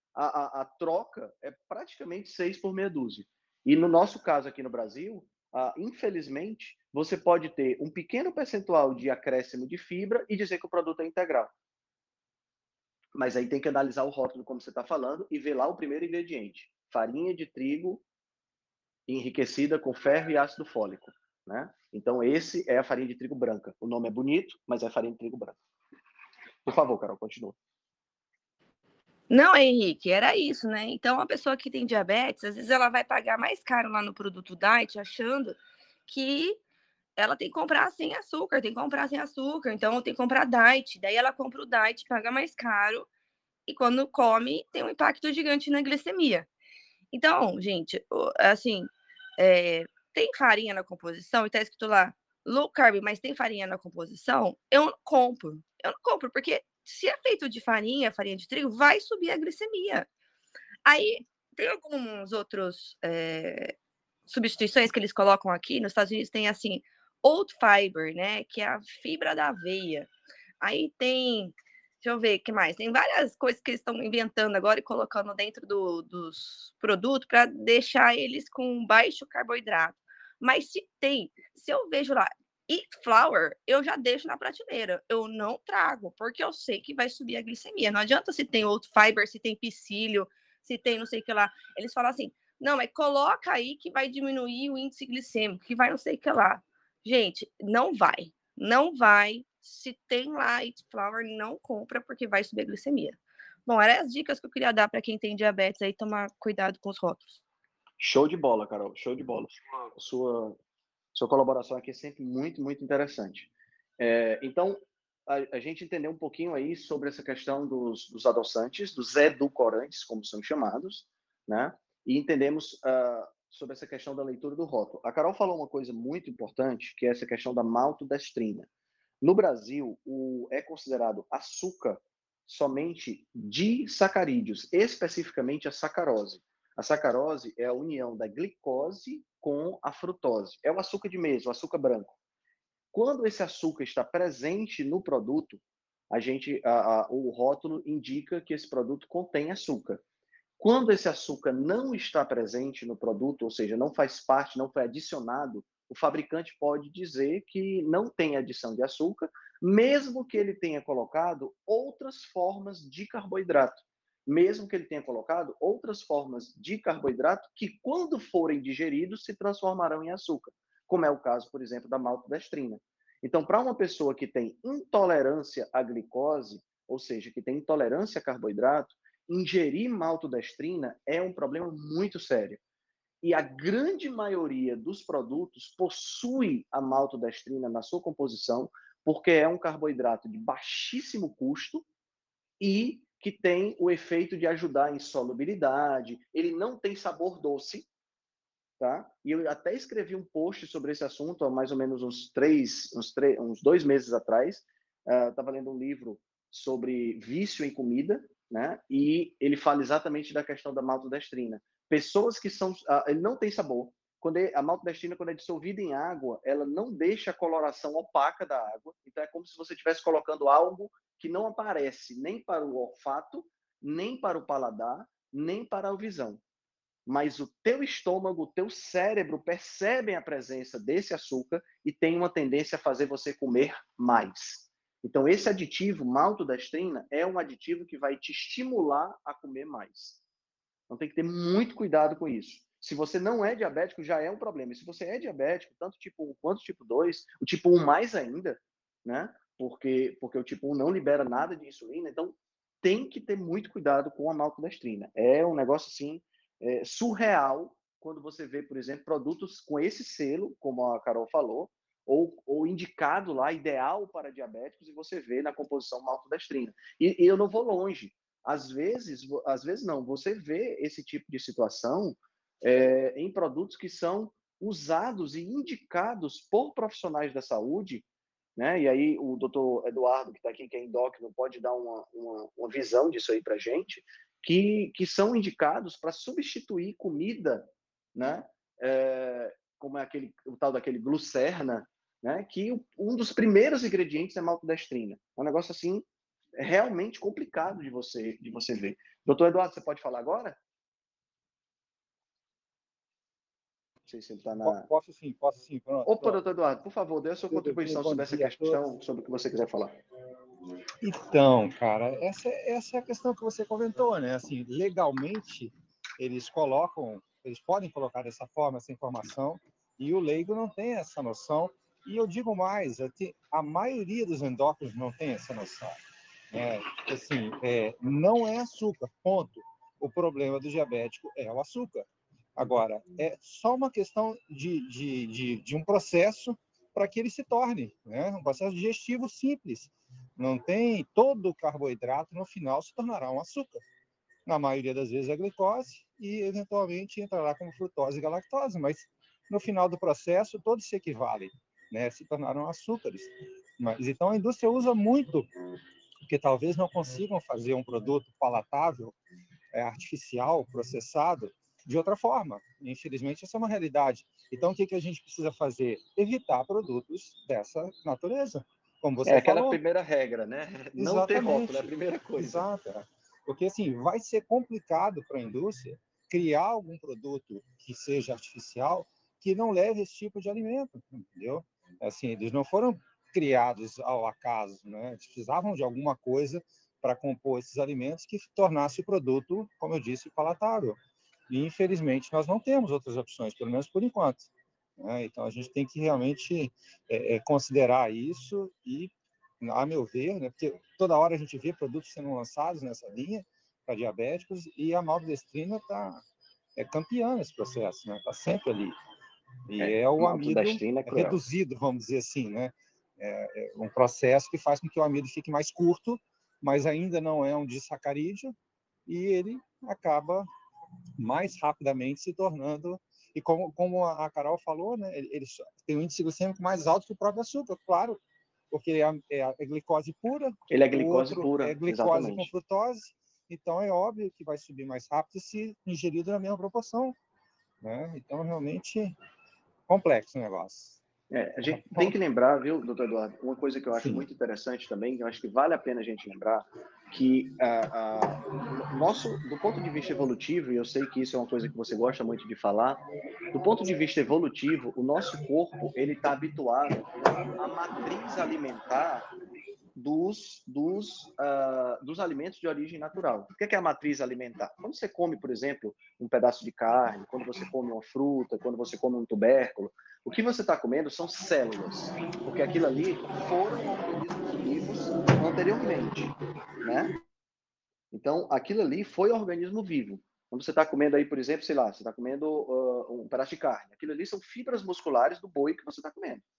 a troca é praticamente 6 por meia dúzia. E no nosso caso aqui no Brasil, infelizmente, você pode ter um pequeno percentual de acréscimo de fibra e dizer que o produto é integral. Mas aí tem que analisar o rótulo, como você está falando, e ver lá o primeiro ingrediente: farinha de trigo enriquecida com ferro e ácido fólico, né? Então, esse é a farinha de trigo branca. O nome é bonito, mas é farinha de trigo branca. Por favor, Carol, continua. não, Henrique, era isso, né? Então, a pessoa que tem diabetes, às vezes ela vai pagar mais caro lá no produto diet, achando que ela tem que comprar sem açúcar, tem que comprar sem açúcar, então tem que comprar diet. Daí ela compra o diet, paga mais caro, e quando come, tem um impacto gigante na glicemia. Então, gente, assim, tem farinha na composição e tá escrito lá low carb, mas tem farinha na composição, eu não compro. Eu não compro, porque se é feito de farinha de trigo, vai subir a glicemia. Aí, tem alguns outros substituições que eles colocam aqui. Nos Estados Unidos tem, assim, oat fiber, né, que é a fibra da aveia. Aí tem, deixa eu ver o que mais. Tem várias coisas que eles estão inventando agora e colocando dentro dos produtos para deixar eles com baixo carboidrato. Mas se eu vejo lá e flour, eu já deixo na prateleira. Eu não trago, porque eu sei que vai subir a glicemia. Não adianta se tem outro fiber, se tem psyllium, se tem não sei o que lá. Eles falam assim: não, mas coloca aí que vai diminuir o índice glicêmico, que vai não sei o que lá. Gente, não vai. Não vai. Se tem lá Eat Flour, não compra, porque vai subir a glicemia. Bom, eram as dicas que eu queria dar para quem tem diabetes aí, tomar cuidado com os rótulos. Show de bola, Carol. Show de bola. Sua colaboração aqui é sempre muito, muito interessante. Então, a gente entendeu um pouquinho aí sobre essa questão dos adoçantes, dos edulcorantes, como são chamados, né? E entendemos sobre essa questão da leitura do rótulo. A Carol falou uma coisa muito importante, que é essa questão da maltodestrina. No Brasil, é considerado açúcar somente de sacarídeos, especificamente a sacarose. A sacarose é a união da glicose com a frutose. É o açúcar de mesa, o açúcar branco. Quando esse açúcar está presente no produto, o rótulo indica que esse produto contém açúcar. Quando esse açúcar não está presente no produto, ou seja, não faz parte, não foi adicionado, o fabricante pode dizer que não tem adição de açúcar, mesmo que ele tenha colocado outras formas de carboidrato. Mesmo que ele tenha colocado outras formas de carboidrato que, quando forem digeridos, se transformarão em açúcar, como é o caso, por exemplo, da maltodestrina. Então, para uma pessoa que tem intolerância à glicose, ou seja, que tem intolerância a carboidrato, ingerir maltodestrina é um problema muito sério. E a grande maioria dos produtos possui a maltodestrina na sua composição porque é um carboidrato de baixíssimo custo e que tem o efeito de ajudar em solubilidade, ele não tem sabor doce, tá? E eu até escrevi um post sobre esse assunto há mais ou menos uns 2 meses atrás. Estava lendo um livro sobre vício em comida, né? E ele fala exatamente da questão da maltodextrina. Pessoas que são, ele não tem sabor. A maltodextrina, quando é dissolvida em água, ela não deixa a coloração opaca da água. Então é como se você estivesse colocando algo que não aparece nem para o olfato, nem para o paladar, nem para a visão. Mas o teu estômago, o teu cérebro percebem a presença desse açúcar e tem uma tendência a fazer você comer mais. Então, esse aditivo, maltodextrina, é um aditivo que vai te estimular a comer mais. Então, tem que ter muito cuidado com isso. Se você não é diabético, já é um problema. E se você é diabético, tanto tipo 1 quanto tipo 2, o tipo 1 mais ainda, né? Porque o tipo 1 não libera nada de insulina, então tem que ter muito cuidado com a maltodextrina. É um negócio assim surreal quando você vê, por exemplo, produtos com esse selo, como a Carol falou, ou indicado lá, ideal para diabéticos, e você vê na composição maltodextrina. E eu não vou longe. Às vezes não, você vê esse tipo de situação em produtos que são usados e indicados por profissionais da saúde, né? E aí o doutor Eduardo, que está aqui, que é endócrino, pode dar uma visão disso aí para a gente, que são indicados para substituir comida, né? Como é o tal daquele glucerna, né? Que um dos primeiros ingredientes é maltodextrina. É um negócio assim realmente complicado de você ver. Doutor Eduardo, você pode falar agora? Não sei se ele está na... Posso sim. Pronto, Opa, pronto. doutor Eduardo, por favor, dê a sua Tudo bem, contribuição bom sobre essa dia a todos. questão, sobre o que você quiser falar. Então, cara, essa é a questão que você comentou, né? Assim, legalmente, eles podem colocar dessa forma essa informação, e o leigo não tem essa noção. E eu digo mais, a maioria dos endócrinos não tem essa noção. Assim, não é açúcar, ponto. O problema do diabético é o açúcar. Agora, é só uma questão de um processo para que ele se torne, né? Um processo digestivo simples. Não tem todo o carboidrato, no final se tornará um açúcar. Na maioria das vezes é glicose e, eventualmente, entrará como frutose e galactose, mas no final do processo todos se equivalem, né? Se tornarão açúcares. Então a indústria usa muito, porque talvez não consigam fazer um produto palatável, artificial, processado, de outra forma. Infelizmente, essa é uma realidade. Então, o que a gente precisa fazer? Evitar produtos dessa natureza, como você Aquela falou. primeira regra, né? Não ter rótulo, é a primeira coisa. Exato. Porque, assim, vai ser complicado para a indústria criar algum produto que seja artificial que não leve esse tipo de alimento, entendeu? Assim, eles não foram criados ao acaso, né? Eles precisavam de alguma coisa para compor esses alimentos que tornasse o produto, como eu disse, palatável. E, infelizmente, nós não temos outras opções, pelo menos por enquanto, né? Então, a gente tem que realmente considerar isso e, a meu ver, né, porque toda hora a gente vê produtos sendo lançados nessa linha para diabéticos e a maltodextrina está campeã nesse processo, né? Está sempre ali. E é o amido reduzido, vamos dizer assim, né? É um processo que faz com que o amido fique mais curto, mas ainda não é um disacarídeo, e ele acaba mais rapidamente se tornando, e como a Carol falou, né, ele tem um índice glicêmico mais alto que o próprio açúcar, claro, porque é a glicose pura, ele é o glicose outro pura, é glicose exatamente. com frutose, então é óbvio que vai subir mais rápido se ingerido na mesma proporção, né? Então, realmente, complexo o negócio. A gente tem que lembrar, viu, doutor Eduardo, uma coisa que eu acho Sim. muito interessante também, que eu acho que vale a pena a gente lembrar, que do ponto de vista evolutivo, e eu sei que isso é uma coisa que você gosta muito de falar, do ponto de vista evolutivo, o nosso corpo ele está habituado com a matriz alimentar dos alimentos de origem natural. O que é a matriz alimentar? Quando você come, por exemplo, um pedaço de carne, quando você come uma fruta, quando você come um tubérculo, o que você está comendo são células, porque aquilo ali foram organismos vivos anteriormente, né? Então, aquilo ali foi organismo vivo. Quando você está comendo aí, por exemplo, sei lá, você está comendo um pedaço de carne, aquilo ali são fibras musculares do boi que você está comendo.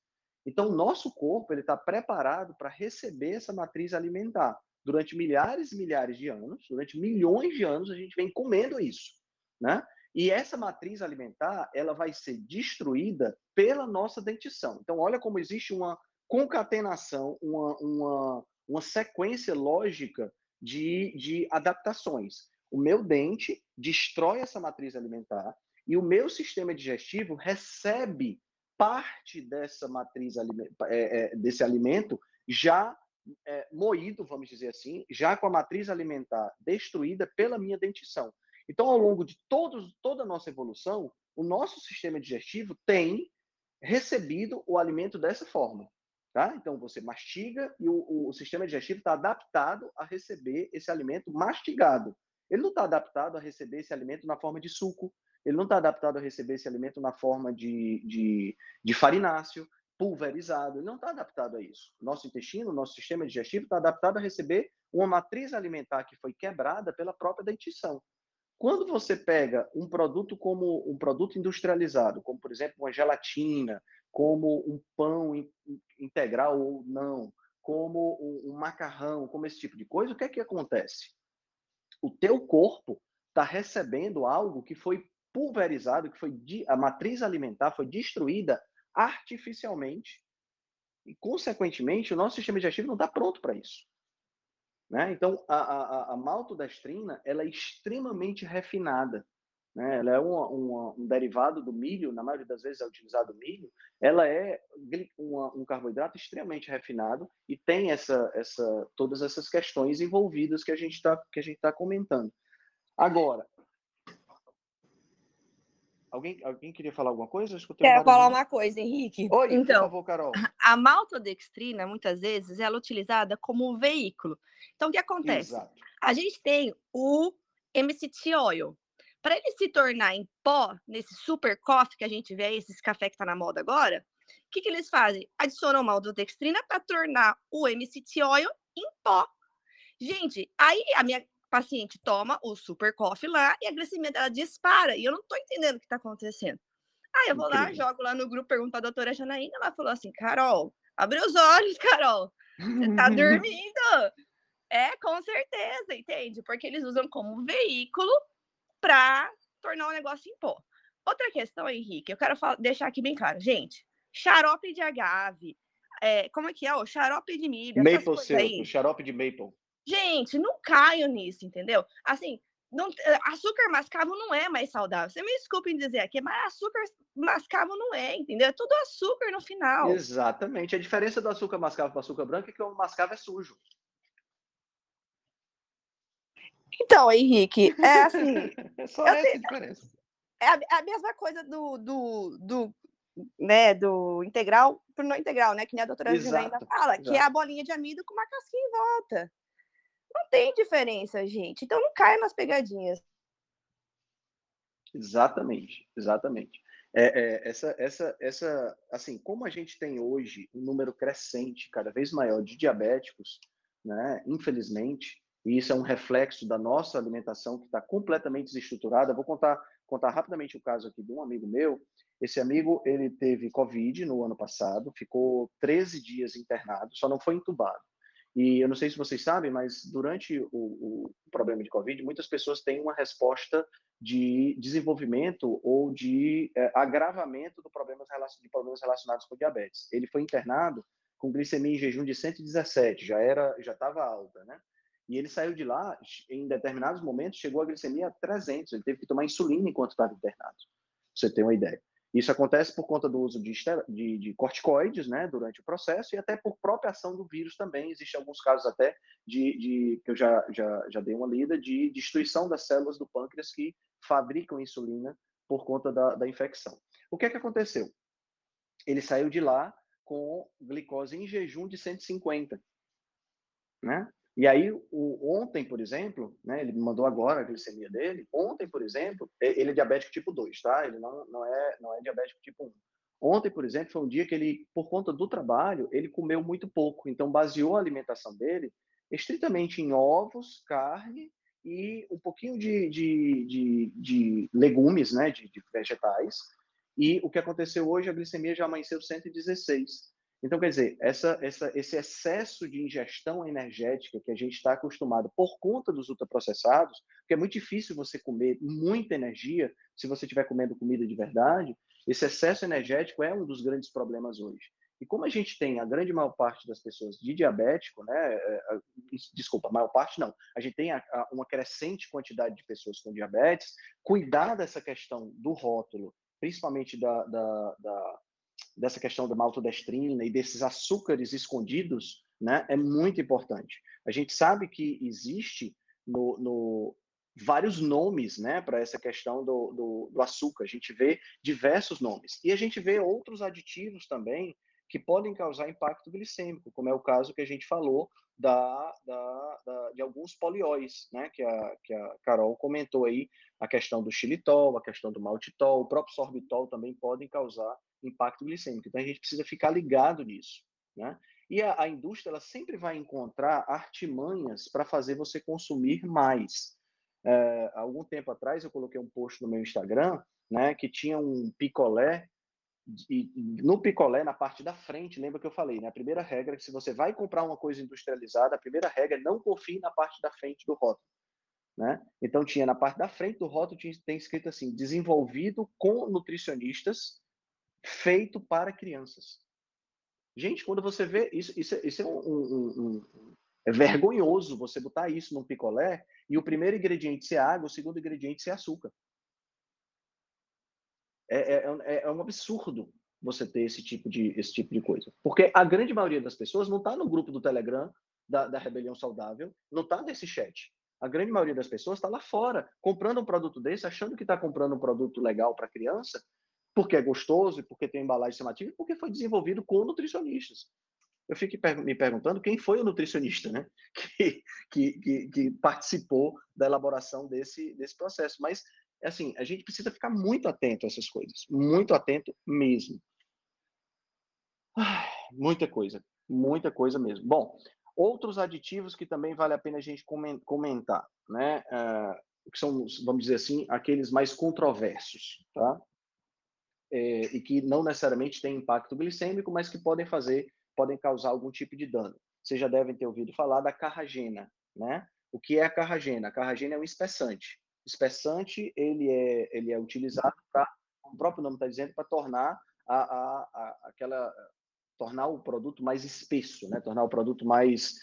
Então, o nosso corpo ele está preparado para receber essa matriz alimentar. Durante milhares e milhares de anos, durante milhões de anos, a gente vem comendo isso, né? E essa matriz alimentar, ela vai ser destruída pela nossa dentição. Então, olha como existe uma concatenação, uma sequência lógica de adaptações. O meu dente destrói essa matriz alimentar e o meu sistema digestivo recebe parte dessa matriz desse alimento já moído, vamos dizer assim, já com a matriz alimentar destruída pela minha dentição. Então, ao longo de toda a nossa evolução, o nosso sistema digestivo tem recebido o alimento dessa forma. Tá? Então, você mastiga e o sistema digestivo está adaptado a receber esse alimento mastigado. Ele não está adaptado a receber esse alimento na forma de suco, ele não está adaptado a receber esse alimento na forma de farináceo, pulverizado, ele não está adaptado a isso. Nosso intestino, nosso sistema digestivo está adaptado a receber uma matriz alimentar que foi quebrada pela própria dentição. Quando você pega um produto como um produto industrializado, como, por exemplo, uma gelatina, como um pão integral ou não, como um macarrão, como esse tipo de coisa, o que é que acontece? O teu corpo está recebendo algo que foi pulverizado, a matriz alimentar foi destruída artificialmente e, consequentemente, o nosso sistema digestivo não está pronto para isso. Né? Então, a maltodestrina ela é extremamente refinada. Né? Ela é um derivado do milho, na maioria das vezes é utilizado o milho. Ela é um carboidrato extremamente refinado e tem todas essas questões envolvidas que a gente tá comentando. Agora, alguém queria falar alguma coisa? Quero falar uma coisa, Henrique. Oi, então, por favor, Carol. A maltodextrina, muitas vezes, ela é utilizada como um veículo. Então, o que acontece? Exato. A gente tem o MCT Oil. Para ele se tornar em pó, nesse super coffee que a gente vê aí, esses café que está na moda agora, o que eles fazem? Adicionam maltodextrina para tornar o MCT Oil em pó. Gente, aí a minha paciente toma o super coffee lá e a glicemia dela dispara. E eu não estou entendendo o que está acontecendo. Aí eu vou lá, jogo lá no grupo, pergunto para a doutora Janaína, ela falou assim, Carol, abre os olhos, Carol, você tá dormindo? Com certeza, entende? Porque eles usam como veículo para tornar o negócio em pó. Outra questão, Henrique, eu quero deixar aqui bem claro. Gente, xarope de agave, como é que é? O xarope de milho, maple syrup, xarope de maple. Gente, não caio nisso, entendeu? Assim, açúcar mascavo não é mais saudável. Você me desculpe em dizer aqui, mas açúcar mascavo não é, entendeu? É tudo açúcar no final. Exatamente. A diferença do açúcar mascavo para o açúcar branco é que o mascavo é sujo. Então, Henrique, é assim... É só essa a diferença. É a mesma coisa do integral pro não integral, né? Que nem a doutora Janaína fala, que é a bolinha de amido com uma casquinha em volta. Não tem diferença, gente. Então não caia nas pegadinhas. Exatamente. Assim, como a gente tem hoje um número crescente, cada vez maior de diabéticos, né? Infelizmente, e isso é um reflexo da nossa alimentação que está completamente desestruturada. Vou contar rapidamente o caso aqui de um amigo meu. Esse amigo, ele teve Covid no ano passado, ficou 13 dias internado, só não foi entubado. E eu não sei se vocês sabem, mas durante o problema de Covid, muitas pessoas têm uma resposta de desenvolvimento ou de agravamento de problemas relacionados com diabetes. Ele foi internado com glicemia em jejum de 117, já estava alta, né? E ele saiu de lá, em determinados momentos, chegou a glicemia a 300, ele teve que tomar insulina enquanto estava internado, pra você ter uma ideia. Isso acontece por conta do uso de corticoides, né, durante o processo, e até por própria ação do vírus também. Existem alguns casos até que eu já dei uma lida, de destruição das células do pâncreas que fabricam insulina por conta da infecção. O que é que aconteceu? Ele saiu de lá com glicose em jejum de 150, né? E aí, ontem, por exemplo, né, ele me mandou agora a glicemia dele. Ontem, por exemplo, ele é diabético tipo 2, tá? Ele não é diabético tipo 1. Ontem, por exemplo, foi um dia que ele, por conta do trabalho, ele comeu muito pouco. Então, baseou a alimentação dele estritamente em ovos, carne e um pouquinho de legumes, né, de vegetais. E o que aconteceu hoje, a glicemia já amanheceu 116. Então, quer dizer, esse excesso de ingestão energética que a gente está acostumado por conta dos ultraprocessados, porque é muito difícil você comer muita energia se você estiver comendo comida de verdade, esse excesso energético é um dos grandes problemas hoje. E como a gente tem a grande maior parte das pessoas de diabético, né? Desculpa, a maior parte não. A gente tem uma crescente quantidade de pessoas com diabetes, cuidar dessa questão do rótulo, principalmente dessa questão da maltodestrina e desses açúcares escondidos, né, é muito importante. A gente sabe que existe vários nomes, né, para essa questão do açúcar. A gente vê diversos nomes. E a gente vê outros aditivos também que podem causar impacto glicêmico, como é o caso que a gente falou de alguns polióis, né, que a Carol comentou aí, a questão do xilitol, a questão do maltitol, o próprio sorbitol também podem causar impacto glicêmico. Então, a gente precisa ficar ligado nisso, né? E a indústria, ela sempre vai encontrar artimanhas para fazer você consumir mais. Há algum tempo atrás, eu coloquei um post no meu Instagram, né, que tinha um picolé, e no picolé, na parte da frente, lembra que eu falei, né? A primeira regra é que se você vai comprar uma coisa industrializada, a primeira regra é não confie na parte da frente do rótulo, né? Então, tinha na parte da frente do rótulo, tem escrito assim, desenvolvido com nutricionistas, feito para crianças. Gente, quando você vê, isso é vergonhoso você botar isso num picolé e o primeiro ingrediente ser água, o segundo ingrediente ser açúcar. É um absurdo você ter esse tipo de coisa. Porque a grande maioria das pessoas não está no grupo do Telegram da Rebelião Saudável, não está nesse chat. A grande maioria das pessoas está lá fora, comprando um produto desse, achando que está comprando um produto legal para criança, porque é gostoso, porque tem embalagem chamativa, e porque foi desenvolvido com nutricionistas. Eu fico me perguntando quem foi o nutricionista, né, que participou da elaboração desse processo. Mas, assim, a gente precisa ficar muito atento a essas coisas, muito atento mesmo. Muita coisa mesmo. Bom, outros aditivos que também vale a pena a gente comentar, né, que são, vamos dizer assim, aqueles mais controversos, tá? E que não necessariamente têm impacto glicêmico, mas que podem causar algum tipo de dano. Vocês já devem ter ouvido falar da carragena, né? O que é a carragena? A carragena é um espessante. O espessante, ele é utilizado para, como o próprio nome está dizendo, para tornar tornar o produto mais espesso, né? Tornar o produto mais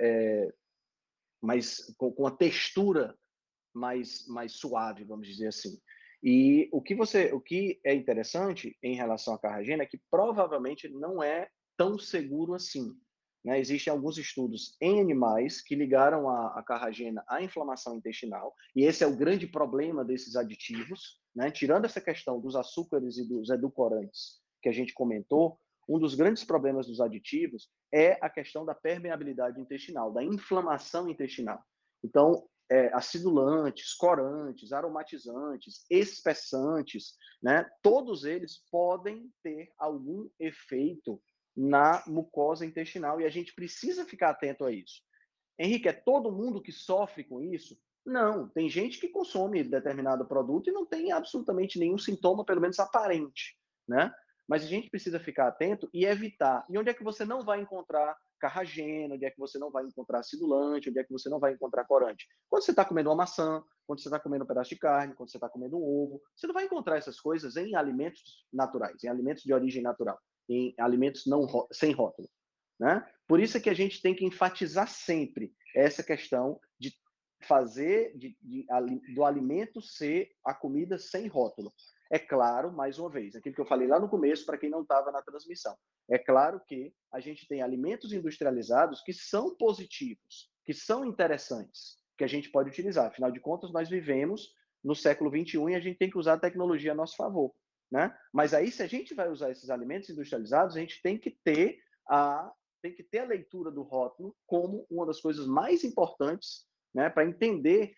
com a textura mais suave, vamos dizer assim. E o que é interessante em relação à carragena é que provavelmente não é tão seguro assim, né? Existem alguns estudos em animais que ligaram a carragena à inflamação intestinal, e esse é o grande problema desses aditivos, né? Tirando essa questão dos açúcares e dos edulcorantes que a gente comentou, um dos grandes problemas dos aditivos é a questão da permeabilidade intestinal, da inflamação intestinal. Então, acidulantes, corantes, aromatizantes, espessantes, né? Todos eles podem ter algum efeito na mucosa intestinal e a gente precisa ficar atento a isso. Henrique, é todo mundo que sofre com isso? Não, tem gente que consome determinado produto e não tem absolutamente nenhum sintoma, pelo menos aparente, né? Mas a gente precisa ficar atento e evitar. E onde é que você não vai encontrar carragena, onde é que você não vai encontrar acidulante, onde é que você não vai encontrar corante? Quando você está comendo uma maçã, quando você está comendo um pedaço de carne, quando você está comendo um ovo, você não vai encontrar essas coisas em alimentos naturais, em alimentos de origem natural, em alimentos sem rótulo, né? Por isso é que a gente tem que enfatizar sempre essa questão de fazer do alimento ser a comida sem rótulo. É claro, mais uma vez, aquilo que eu falei lá no começo, para quem não estava na transmissão. É claro que a gente tem alimentos industrializados que são positivos, que são interessantes, que a gente pode utilizar. Afinal de contas, nós vivemos no século XXI e a gente tem que usar a tecnologia a nosso favor, né? Mas aí, se a gente vai usar esses alimentos industrializados, a gente tem que ter a leitura do rótulo como uma das coisas mais importantes, né, para entender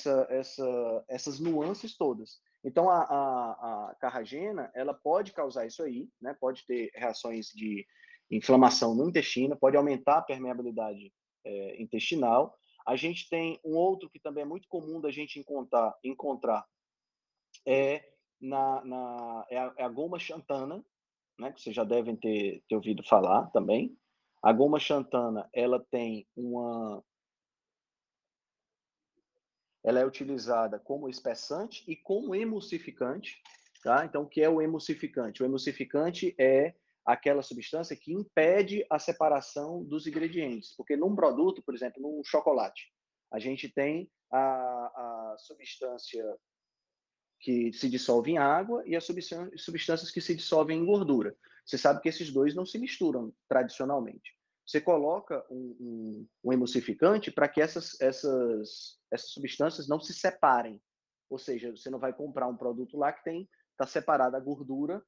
essas nuances todas. Então, a carragena, ela pode causar isso aí, né? Pode ter reações de inflamação no intestino, pode aumentar a permeabilidade intestinal. A gente tem um outro que também é muito comum da gente encontrar é a goma xantana, né, que vocês já devem ter ouvido falar também. A goma xantana, ela é utilizada como espessante e como emulsificante, tá? Então, o que é o emulsificante? O emulsificante é aquela substância que impede a separação dos ingredientes, porque num produto, por exemplo, num chocolate, a gente tem a substância que se dissolve em água e as substâncias que se dissolvem em gordura. Você sabe que esses dois não se misturam tradicionalmente. Você coloca um emulsificante para que essas substâncias não se separem. Ou seja, você não vai comprar um produto lá que está separada a gordura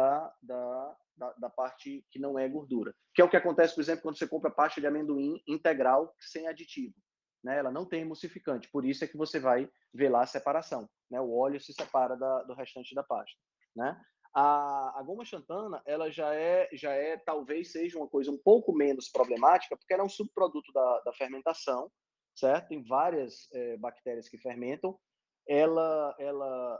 da parte que não é gordura. Que é o que acontece, por exemplo, quando você compra pasta de amendoim integral sem aditivo. Né? Ela não tem emulsificante, por isso é que você vai ver lá a separação. Né? O óleo se separa do restante da pasta. Né? A goma xantana, ela já é, talvez seja uma coisa um pouco menos problemática, porque ela é um subproduto da fermentação, certo? Tem várias bactérias que fermentam. Ela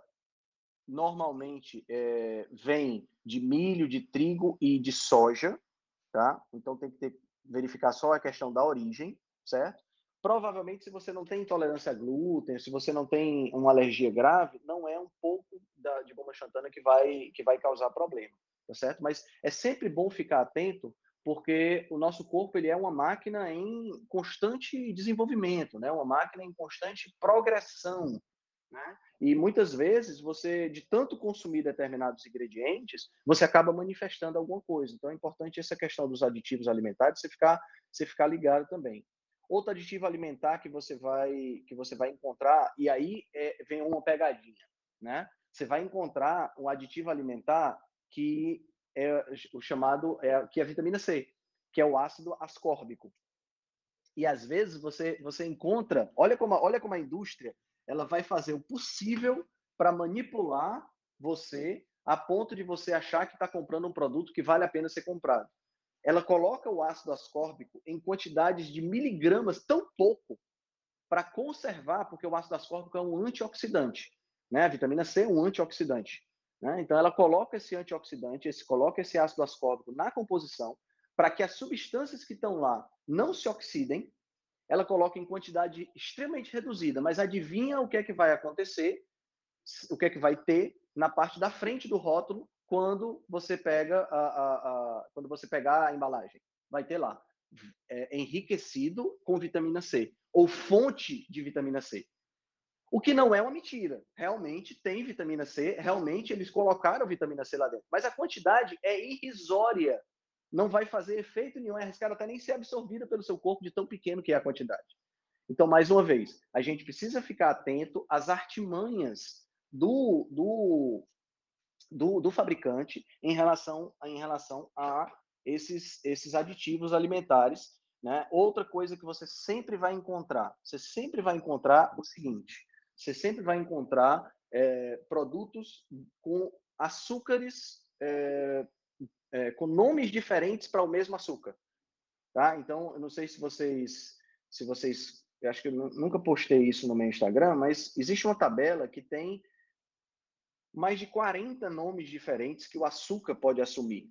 normalmente vem de milho, de trigo e de soja, tá? Então tem que verificar só a questão da origem, certo? Provavelmente, se você não tem intolerância a glúten, se você não tem uma alergia grave, não é um pouco de goma xantana que vai causar problema, tá certo? Mas é sempre bom ficar atento, porque o nosso corpo ele é uma máquina em constante desenvolvimento, né? Uma máquina em constante progressão, né? E muitas vezes você, de tanto consumir determinados ingredientes, você acaba manifestando alguma coisa. Então é importante essa questão dos aditivos alimentares, você ficar ligado também. Outro aditivo alimentar que você vai encontrar, e aí vem uma pegadinha, né? Você vai encontrar um aditivo alimentar que é o chamado, que é a vitamina C, que é o ácido ascórbico. E às vezes você encontra, olha como a indústria ela vai fazer o possível para manipular você a ponto de você achar que está comprando um produto que vale a pena ser comprado. Ela coloca o ácido ascórbico em quantidades de miligramas tão pouco para conservar, porque o ácido ascórbico é um antioxidante, né? A vitamina C é um antioxidante, né? Então ela coloca esse antioxidante, coloca esse ácido ascórbico na composição para que as substâncias que estão lá não se oxidem. Ela coloca em quantidade extremamente reduzida, mas adivinha o que é que vai acontecer, o que é que vai ter na parte da frente do rótulo quando você pega quando você pegar a embalagem. Vai ter lá, enriquecido com vitamina C, ou fonte de vitamina C. O que não é uma mentira. Realmente tem vitamina C, realmente eles colocaram vitamina C lá dentro, mas a quantidade é irrisória. Não vai fazer efeito nenhum, é arriscado até nem ser absorvida pelo seu corpo de tão pequeno que é a quantidade. Então, mais uma vez, a gente precisa ficar atento às artimanhas do fabricante em relação a esses aditivos alimentares. Né? Outra coisa que você sempre vai encontrar o seguinte: você sempre vai encontrar produtos com açúcares, com nomes diferentes para o mesmo açúcar. Tá? Então, eu não sei se vocês, eu acho que eu nunca postei isso no meu Instagram, mas existe uma tabela que tem mais de 40 nomes diferentes que o açúcar pode assumir.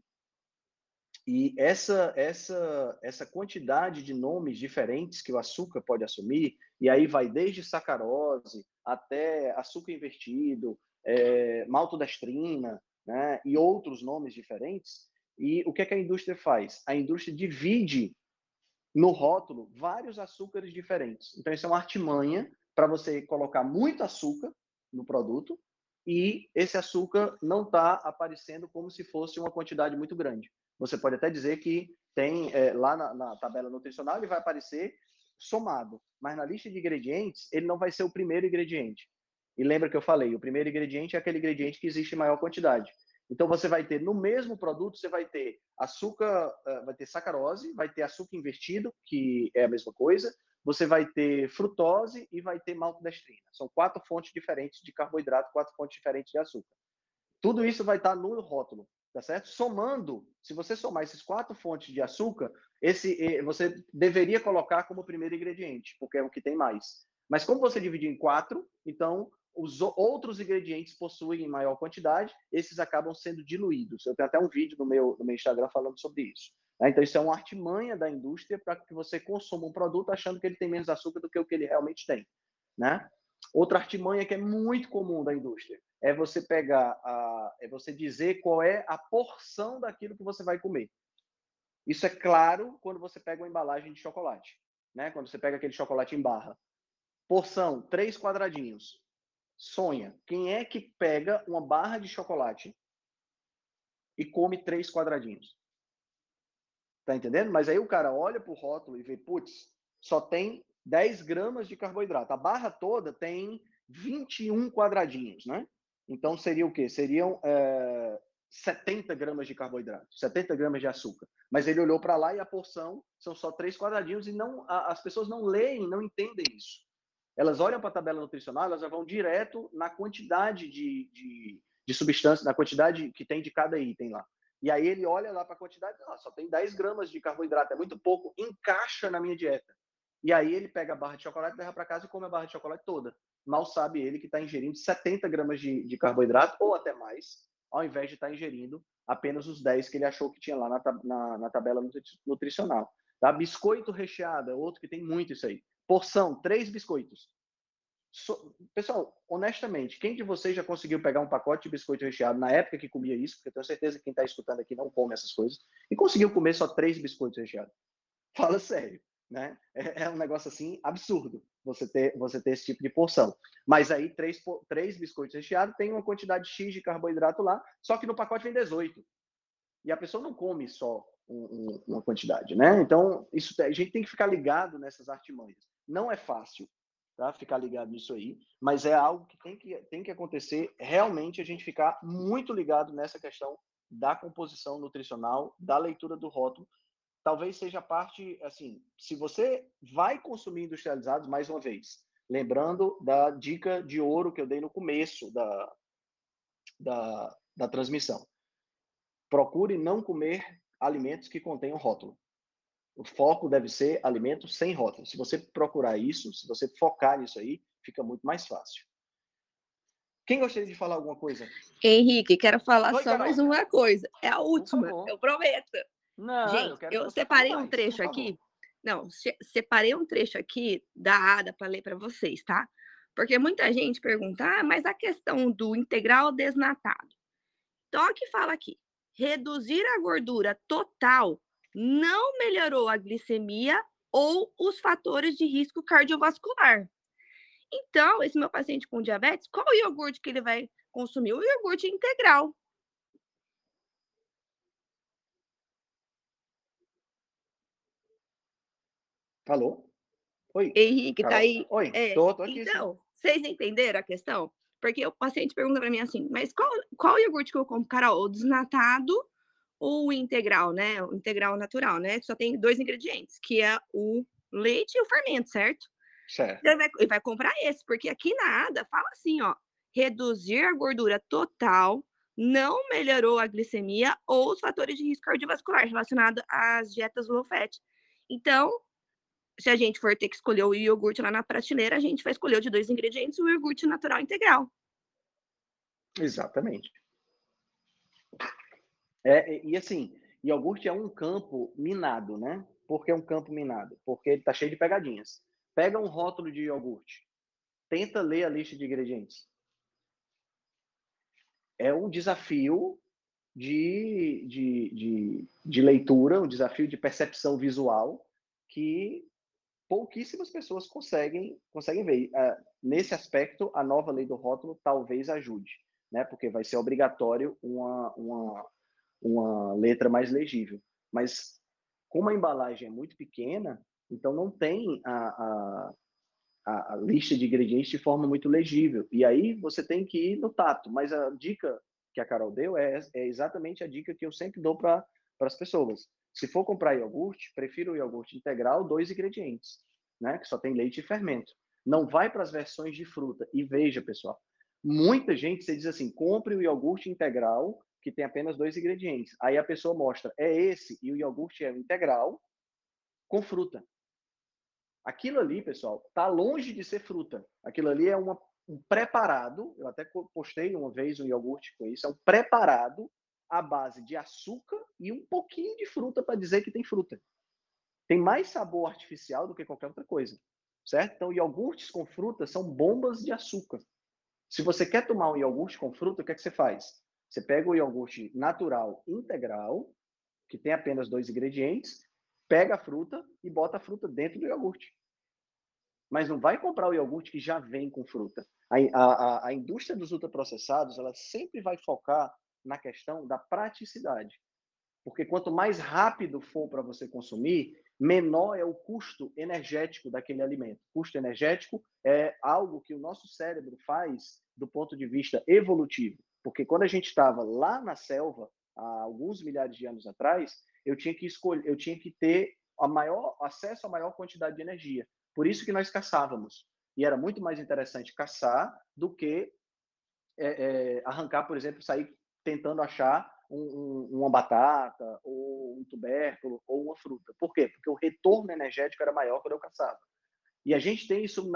E essa quantidade de nomes diferentes que o açúcar pode assumir, e aí vai desde sacarose até açúcar invertido, maltodestrina, né, e outros nomes diferentes. E o que é que a indústria faz? A indústria divide no rótulo vários açúcares diferentes. Então, isso é uma artimanha para você colocar muito açúcar no produto e esse açúcar não está aparecendo como se fosse uma quantidade muito grande. Você pode até dizer que tem, lá na tabela nutricional, ele vai aparecer somado, mas na lista de ingredientes, ele não vai ser o primeiro ingrediente. E lembra que eu falei, o primeiro ingrediente é aquele ingrediente que existe em maior quantidade. Então, você vai ter, no mesmo produto, você vai ter açúcar, vai ter sacarose, vai ter açúcar invertido, que é a mesma coisa, você vai ter frutose e vai ter maltodestrina. São 4 fontes diferentes de carboidrato, 4 fontes diferentes de açúcar. Tudo isso vai estar no rótulo, tá certo? Somando, se você somar esses 4 fontes de açúcar, você deveria colocar como primeiro ingrediente, porque é o que tem mais. Mas como você dividiu em 4, então os outros ingredientes possuem em maior quantidade, esses acabam sendo diluídos. Eu tenho até um vídeo no meu Instagram falando sobre isso. Então, isso é uma artimanha da indústria para que você consuma um produto achando que ele tem menos açúcar do que o que ele realmente tem, né? Outra artimanha que é muito comum da indústria é você pegar, é você dizer qual é a porção daquilo que você vai comer. Isso é claro quando você pega uma embalagem de chocolate, né? Quando você pega aquele chocolate em barra. Porção, 3 quadradinhos. Sonha, quem é que pega uma barra de chocolate e come 3 quadradinhos? Tá entendendo? Mas aí o cara olha pro rótulo e vê, putz, só tem 10 gramas de carboidrato. A barra toda tem 21 quadradinhos, né? Então seria o quê? Seriam 70 gramas de carboidrato, 70 gramas de açúcar. Mas ele olhou para lá e a porção são só 3 quadradinhos e não, as pessoas não leem, não entendem isso. Elas olham para a tabela nutricional, elas já vão direto na quantidade de substância, na quantidade que tem de cada item lá. E aí ele olha lá para a quantidade, só tem 10 gramas de carboidrato, é muito pouco, encaixa na minha dieta. E aí ele pega a barra de chocolate, leva para casa e come a barra de chocolate toda. Mal sabe ele que está ingerindo 70 gramas de carboidrato, ou até mais, ao invés de estar ingerindo apenas os 10 que ele achou que tinha lá na tabela nutricional. Tá? Biscoito recheado é outro que tem muito isso aí. Porção, 3 biscoitos. Pessoal, honestamente, quem de vocês já conseguiu pegar um pacote de biscoito recheado na época que comia isso? Porque eu tenho certeza que quem está escutando aqui não come essas coisas. E conseguiu comer só 3 biscoitos recheados. Fala sério, né? É um negócio assim absurdo você ter esse tipo de porção. Mas aí 3 biscoitos recheados tem uma quantidade X de carboidrato lá, só que no pacote vem 18. E a pessoa não come só uma quantidade, né? Então, a gente tem que ficar ligado nessas artimanhas. Não é fácil, tá? Ficar ligado nisso aí, mas é algo que tem que acontecer, realmente a gente ficar muito ligado nessa questão da composição nutricional, da leitura do rótulo. Talvez seja parte, assim, se você vai consumir industrializados, mais uma vez, lembrando da dica de ouro que eu dei no começo da transmissão. Procure não comer alimentos que contenham rótulo. O foco deve ser alimentos sem rótulo. Se você procurar isso, se você focar nisso aí, fica muito mais fácil. Quem gostaria de falar alguma coisa? Henrique, quero falar Oi, só Carol. mais uma coisa. É a Por última, favor. eu prometo. Não, Gente, quero que eu você separei fale um mais, trecho por aqui. favor. Não, separei um trecho aqui da ADA para ler para vocês, tá? Porque muita gente pergunta, mas a questão do integral desnatado. Então, o que fala aqui? Reduzir a gordura total não melhorou a glicemia ou os fatores de risco cardiovascular. Então, esse meu paciente com diabetes, qual o iogurte que ele vai consumir? O iogurte integral. Alô? Oi, Henrique, tá Carol? aí? Oi, É. tô aqui sim. Então, vocês entenderam a questão? Porque o paciente pergunta para mim assim, mas qual iogurte que eu compro, Carol? O desnatado ou o integral, né? O integral natural, né? Que só tem 2 ingredientes, que é o leite e o fermento, certo? Certo. Ele vai comprar esse, porque aqui na ADA fala assim, ó, reduzir a gordura total não melhorou a glicemia ou os fatores de risco cardiovascular relacionados às dietas low fat. Então, se a gente for ter que escolher o iogurte lá na prateleira, a gente vai escolher o de 2 ingredientes, o iogurte natural integral. Exatamente. E assim, iogurte é um campo minado, né? Por que um campo minado? Porque ele está cheio de pegadinhas. Pega um rótulo de iogurte, tenta ler a lista de ingredientes. É um desafio de leitura, um desafio de percepção visual que pouquíssimas pessoas conseguem ver. Nesse aspecto, a nova lei do rótulo talvez ajude, né? Porque vai ser obrigatório uma letra mais legível. Mas como a embalagem é muito pequena, então não tem a lista de ingredientes de forma muito legível. E aí você tem que ir no tato. Mas a dica que a Carol deu é exatamente a dica que eu sempre dou para as pessoas. Se for comprar iogurte, prefiro o iogurte integral, 2 ingredientes, né? Que só tem leite e fermento. Não vai para as versões de fruta. E veja, pessoal, muita gente, você diz assim, compre o iogurte integral, que tem apenas 2 ingredientes. Aí a pessoa mostra, é esse, e o iogurte é integral, com fruta. Aquilo ali, pessoal, está longe de ser fruta. Aquilo ali é uma um preparado, eu até postei uma vez um iogurte com isso, é um preparado à base de açúcar e um pouquinho de fruta para dizer que tem fruta. Tem mais sabor artificial do que qualquer outra coisa, certo? Então, iogurtes com fruta são bombas de açúcar. Se você quer tomar um iogurte com fruta, o que é que você faz? Você pega o iogurte natural integral, que tem apenas 2 ingredientes, pega a fruta e bota a fruta dentro do iogurte. Mas não vai comprar o iogurte que já vem com fruta. A indústria dos ultraprocessados, ela sempre vai focar na questão da praticidade. Porque quanto mais rápido for para você consumir, menor é o custo energético daquele alimento. Custo energético é algo que o nosso cérebro faz do ponto de vista evolutivo. Porque quando a gente estava lá na selva, há alguns milhares de anos atrás, eu tinha que ter acesso à maior quantidade de energia. Por isso que nós caçávamos. E era muito mais interessante caçar do que arrancar, por exemplo, sair tentando achar uma batata, ou um tubérculo, ou uma fruta. Por quê? Porque o retorno energético era maior quando eu caçava. E a gente tem isso,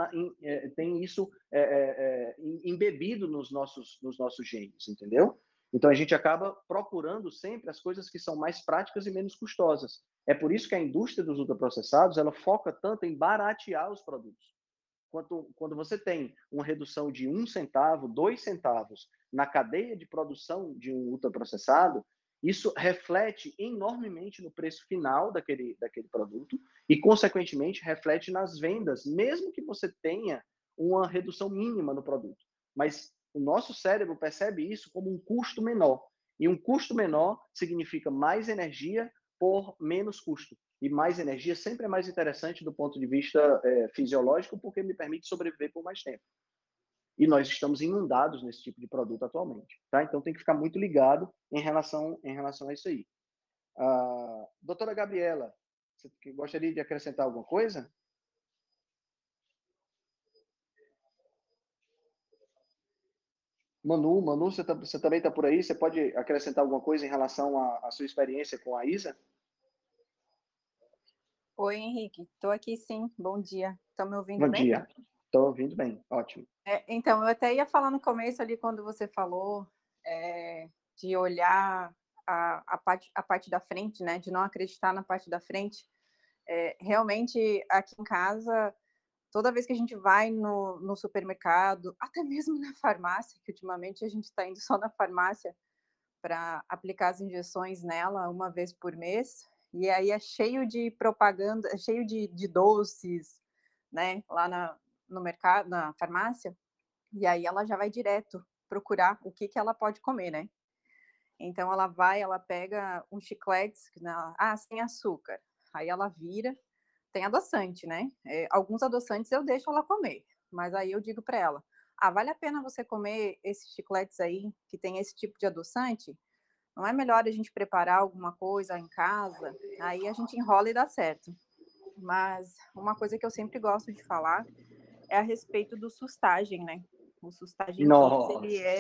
embebido nos nossos genes, entendeu? Então a gente acaba procurando sempre as coisas que são mais práticas e menos custosas. É por isso que a indústria dos ultraprocessados ela foca tanto em baratear os produtos. Quando você tem uma redução de 1 centavo, 2 centavos na cadeia de produção de um ultraprocessado, isso reflete enormemente no preço final daquele produto e, consequentemente, reflete nas vendas, mesmo que você tenha uma redução mínima no produto. Mas o nosso cérebro percebe isso como um custo menor. E um custo menor significa mais energia por menos custo. E mais energia sempre é mais interessante do ponto de vista fisiológico, porque me permite sobreviver por mais tempo. E nós estamos inundados nesse tipo de produto atualmente, tá? Então tem que ficar muito ligado em relação a isso aí. Doutora Gabriela, você gostaria de acrescentar alguma coisa? Manu, você também está por aí? Você pode acrescentar alguma coisa em relação à sua experiência com a Isa? Oi, Henrique. Estou aqui sim. Bom dia. Estão me ouvindo Bom bem? dia. Estou ouvindo bem. Ótimo. Então, eu até ia falar no começo ali, quando você falou de olhar a parte da frente, né? De não acreditar na parte da frente. Realmente, aqui em casa, toda vez que a gente vai no supermercado, até mesmo na farmácia, que ultimamente a gente está indo só na farmácia para aplicar as injeções nela uma vez por mês, e aí é cheio de propaganda, é cheio de doces, né, lá no mercado, na farmácia, e aí ela já vai direto procurar o que ela pode comer, né? Então ela pega um chiclete, sem açúcar, aí ela vira, tem adoçante, né? Alguns adoçantes eu deixo ela comer, mas aí eu digo para ela, vale a pena você comer esses chicletes aí, que tem esse tipo de adoçante? Não é melhor a gente preparar alguma coisa em casa? Aí a gente enrola e dá certo. Mas uma coisa que eu sempre gosto de falar é a respeito do Sustagem, né? O Sustagem Kids,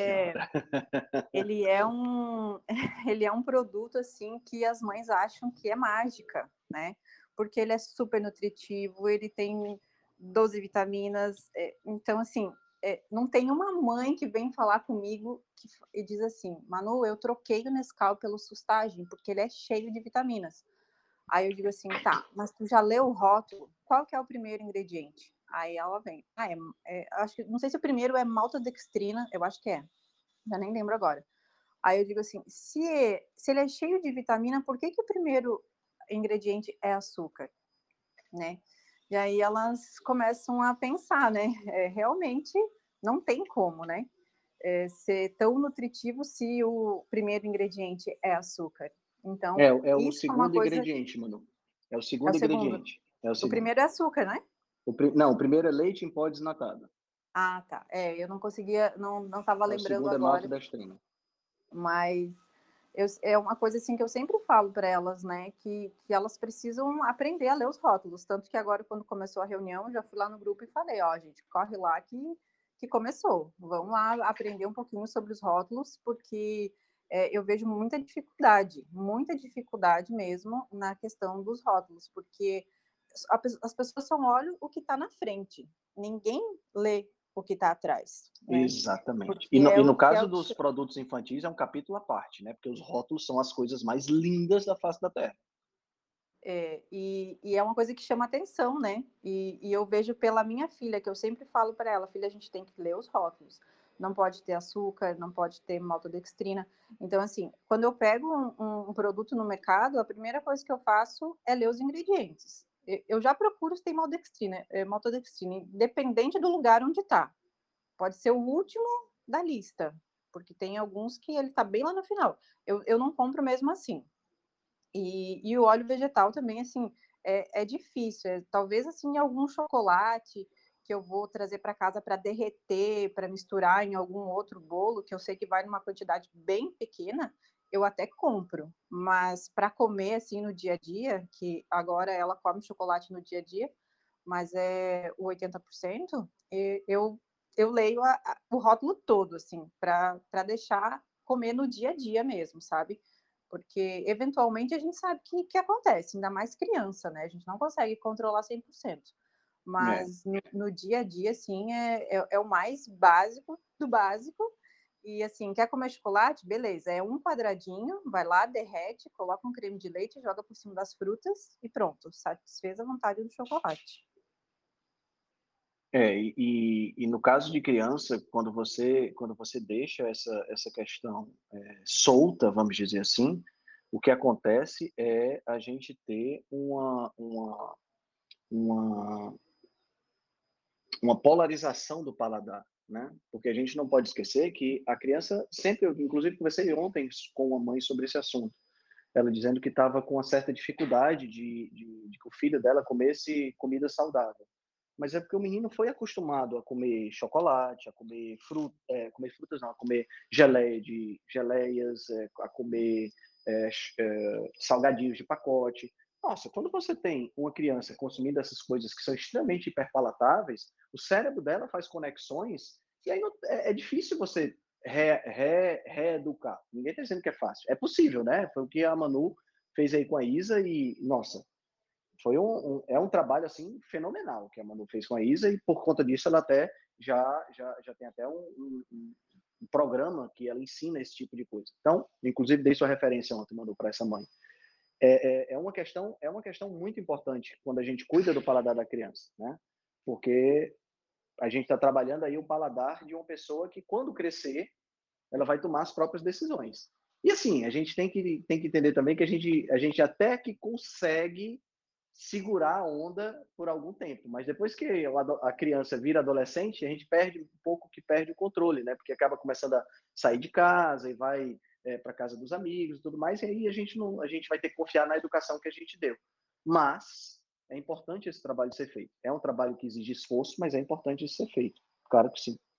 ele é um produto assim que as mães acham que é mágica, né? Porque ele é super nutritivo, ele tem 12 vitaminas, então assim, não tem uma mãe que vem falar comigo e diz assim, Manu, eu troquei o Nescau pelo Sustagem, porque ele é cheio de vitaminas. Aí eu digo assim, tá, mas tu já leu o rótulo? Qual que é o primeiro ingrediente? Aí ela vem, acho que, não sei se o primeiro é maltodextrina, eu acho que já nem lembro agora. Aí eu digo assim, se ele é cheio de vitamina, por que o primeiro ingrediente é açúcar, né? E aí elas começam a pensar, né? Realmente não tem como, né? Ser tão nutritivo se o primeiro ingrediente é açúcar. Então, é o isso é uma segundo coisa... ingrediente, Manu. É o É segundo o segundo. ingrediente. É o O segundo. primeiro é açúcar, né? Não, o primeiro é leite em pó desnatado. Ah, tá. Eu não conseguia, não estava O lembrando segundo é agora. maltodextrina. Mas é uma coisa assim que eu sempre falo para elas, né? Que elas precisam aprender a ler os rótulos. Tanto que agora, quando começou a reunião, eu já fui lá no grupo e falei, gente, corre lá que começou. Vamos lá aprender um pouquinho sobre os rótulos, porque eu vejo muita dificuldade mesmo na questão dos rótulos, porque as pessoas só olham o que está na frente. Ninguém lê o que está atrás, né? Exatamente. Porque E no que caso dos produtos infantis, é um capítulo à parte, né? Porque os rótulos são as coisas mais lindas da face da Terra. E é uma coisa que chama atenção, né? E eu vejo pela minha filha, que eu sempre falo para ela, filha, a gente tem que ler os rótulos. Não pode ter açúcar, não pode ter maltodextrina. Então, assim, quando eu pego um produto no mercado, a primeira coisa que eu faço é ler os ingredientes. Eu já procuro se tem maltodextrina, independente do lugar onde está. Pode ser o último da lista, porque tem alguns que ele está bem lá no final. Eu não compro mesmo assim. E o óleo vegetal também, assim, é difícil. Talvez, assim, algum chocolate que eu vou trazer para casa para derreter, para misturar em algum outro bolo, que eu sei que vai numa quantidade bem pequena, eu até compro. Mas para comer, assim, no dia a dia, que agora ela come chocolate no dia a dia, mas é o 80%, eu leio o rótulo todo, assim, para deixar comer no dia a dia mesmo, sabe? Porque, eventualmente, a gente sabe que acontece, ainda mais criança, né? A gente não consegue controlar 100%. Mas no dia a dia, assim, é o mais básico do básico. E, assim, quer comer chocolate? Beleza, é um quadradinho, vai lá, derrete, coloca um creme de leite, joga por cima das frutas e pronto, satisfez a vontade do chocolate. E no caso de criança, quando você deixa essa questão solta, vamos dizer assim, o que acontece é a gente ter uma polarização do paladar, né? Porque a gente não pode esquecer que a criança sempre, inclusive conversei ontem com a mãe sobre esse assunto, ela dizendo que estava com uma certa dificuldade de que o filho dela comesse comida saudável. Mas é porque o menino foi acostumado a comer chocolate, a comer comer frutas não, a comer geleias, a comer salgadinhos de pacote. Nossa, quando você tem uma criança consumindo essas coisas que são extremamente hiperpalatáveis, o cérebro dela faz conexões e aí é difícil você reeducar. Ninguém está dizendo que é fácil. É possível, né? Foi o que a Manu fez aí com a Isa e, nossa, foi um trabalho assim fenomenal que a Manu fez com a Isa e por conta disso ela até já tem até um programa que ela ensina esse tipo de coisa. Então, inclusive dei sua referência ontem, Manu, para essa mãe. É uma questão muito importante quando a gente cuida do paladar da criança, né? Porque a gente está trabalhando aí o paladar de uma pessoa que quando crescer ela vai tomar as próprias decisões. E assim, a gente tem que entender também que a gente até que consegue segurar a onda por algum tempo, mas depois que a criança vira adolescente, a gente perde um pouco o controle, né? Porque acaba começando a sair de casa e vai para casa dos amigos e tudo mais, e aí a gente vai ter que confiar na educação que a gente deu. Mas é importante esse trabalho ser feito. É um trabalho que exige esforço, mas é importante isso ser feito. Claro que sim.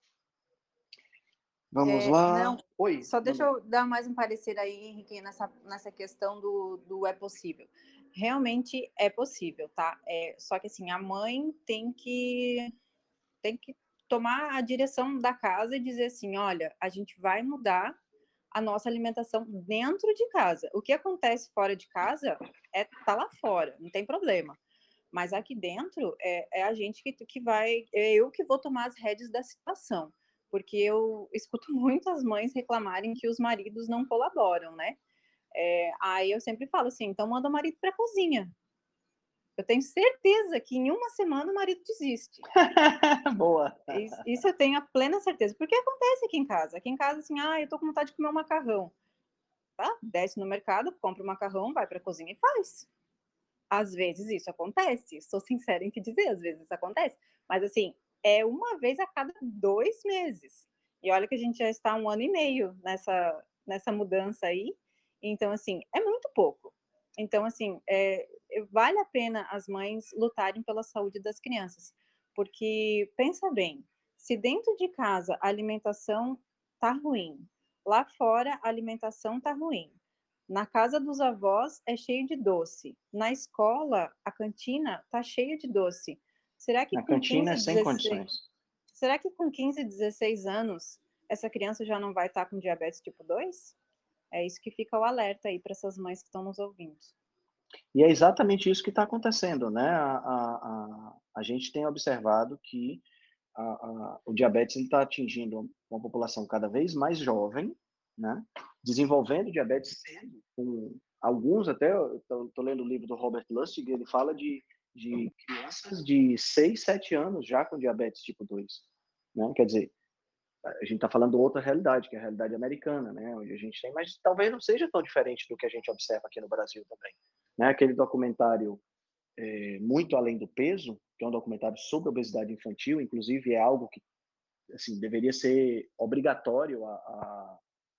Vamos lá. Não, Oi. só deixa eu dar mais um parecer aí, Henrique, nessa questão do é possível. Realmente é possível, tá? Só que assim, a mãe tem que tomar a direção da casa e dizer assim, olha, a gente vai mudar a nossa alimentação dentro de casa. O que acontece fora de casa tá lá fora, não tem problema. Mas aqui dentro é a gente que vai, eu que vou tomar as rédeas da situação, porque eu escuto muitas mães reclamarem que os maridos não colaboram, né? Aí eu sempre falo assim, então manda o marido para a cozinha. Eu tenho certeza que em uma semana o marido desiste. Boa. Isso eu tenho a plena certeza, porque acontece aqui em casa. Aqui em casa, assim, eu tô com vontade de comer um macarrão. Tá? Desce no mercado, compra o macarrão, vai para a cozinha e faz. Às vezes isso acontece, sou sincera em te dizer, às vezes isso acontece, mas assim, é uma vez a cada 2 meses. E olha que a gente já está 1 ano e meio nessa mudança aí, então assim, é muito pouco. Então assim, vale a pena as mães lutarem pela saúde das crianças, porque pensa bem, se dentro de casa a alimentação tá ruim, lá fora a alimentação tá ruim, na casa dos avós é cheio de doce. Na escola, a cantina tá cheia de doce. Será que A com cantina 15, é sem 16, condições. será que com 15, 16 anos essa criança já não vai estar com diabetes tipo 2? É isso que fica o alerta aí para essas mães que estão nos ouvindo. E é exatamente isso que está acontecendo, né? A gente tem observado que o diabetes está atingindo uma população cada vez mais jovem, né? Desenvolvendo diabetes cedo, com alguns até, estou lendo o livro do Robert Lustig, ele fala de crianças de 6, 7 anos já com diabetes tipo 2, né? Quer dizer, a gente está falando outra realidade, que é a realidade americana, né? Onde a gente tem, mas talvez não seja tão diferente do que a gente observa aqui no Brasil também, né? Aquele documentário Muito Além do Peso, que é um documentário sobre obesidade infantil, inclusive é algo que assim, deveria ser obrigatório a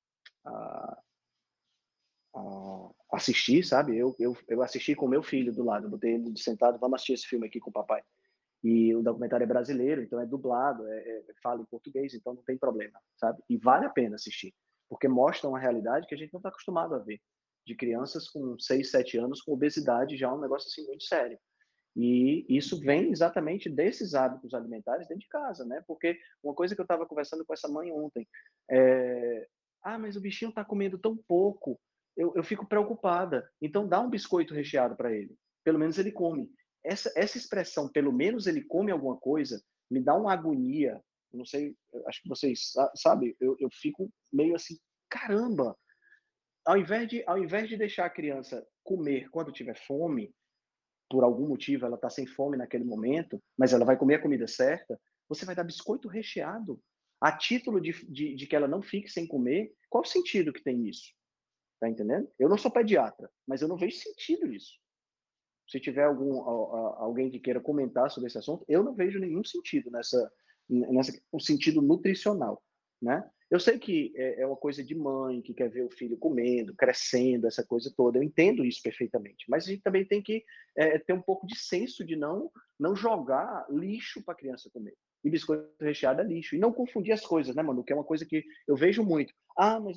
assistir, sabe? Eu assisti com meu filho do lado, botei ele sentado, vamos assistir esse filme aqui com o papai. E o documentário é brasileiro, então é dublado, fala em português, então não tem problema, sabe? E vale a pena assistir, porque mostra uma realidade que a gente não está acostumado a ver, de crianças com 6, 7 anos com obesidade, já é um negócio assim muito sério. E isso vem exatamente desses hábitos alimentares dentro de casa, né? Porque uma coisa que eu estava conversando com essa mãe ontem, mas o bichinho está comendo tão pouco, eu fico preocupada. Então dá um biscoito recheado para ele, pelo menos ele come. Essa expressão, pelo menos ele come alguma coisa, me dá uma agonia. Não sei, acho que vocês sabem, eu fico meio assim, caramba. Ao invés de deixar a criança comer quando tiver fome, por algum motivo ela está sem fome naquele momento, mas ela vai comer a comida certa, você vai dar biscoito recheado a título de que ela não fique sem comer. Qual o sentido que tem isso? Tá entendendo? Eu não sou pediatra, mas eu não vejo sentido nisso. Se tiver alguém que queira comentar sobre esse assunto, eu não vejo nenhum sentido um sentido nutricional, né? Eu sei que é uma coisa de mãe que quer ver o filho comendo, crescendo, essa coisa toda. Eu entendo isso perfeitamente, mas a gente também tem que ter um pouco de senso de não jogar lixo para a criança comer. E biscoito recheado é lixo. E não confundir as coisas, né, Manu? Que é uma coisa que eu vejo muito. Mas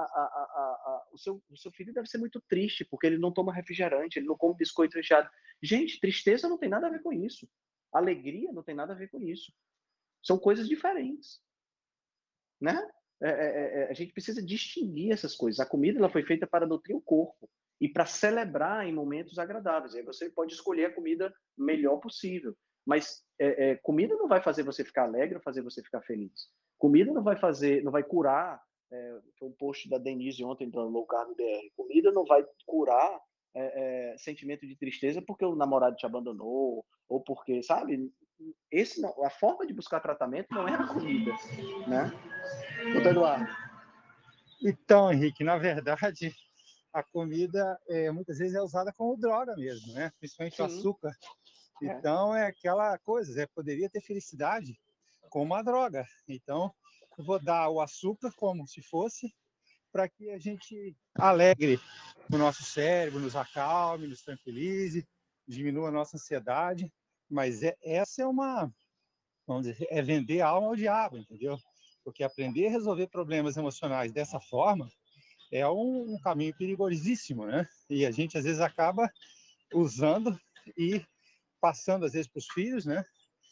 o seu filho deve ser muito triste porque ele não toma refrigerante, ele não come biscoito recheado. Gente, tristeza não tem nada a ver com isso. Alegria não tem nada a ver com isso. São coisas diferentes, né? A gente precisa distinguir essas coisas. A comida ela foi feita para nutrir o corpo e para celebrar em momentos agradáveis. Aí você pode escolher a comida melhor possível. Mas comida não vai fazer você ficar alegre ou fazer você ficar feliz. Comida não vai curar. Foi um post da Denise ontem do Low Carb BR. Comida não vai curar sentimento de tristeza porque o namorado te abandonou ou porque, sabe? A forma de buscar tratamento não é a comida, né? Doutor Eduardo. Então, Henrique, na verdade, a comida muitas vezes é usada como droga mesmo, né? Principalmente o açúcar. Então, é aquela coisa, poderia ter felicidade como uma droga. Então, eu vou dar o açúcar como se fosse para que a gente alegre o nosso cérebro, nos acalme, nos tranquilize, diminua a nossa ansiedade. Mas essa é vamos dizer, é vender a alma ao diabo, entendeu? Porque aprender a resolver problemas emocionais dessa forma é um caminho perigosíssimo, né? E a gente, às vezes, acaba usando e passando, às vezes, para os filhos, né?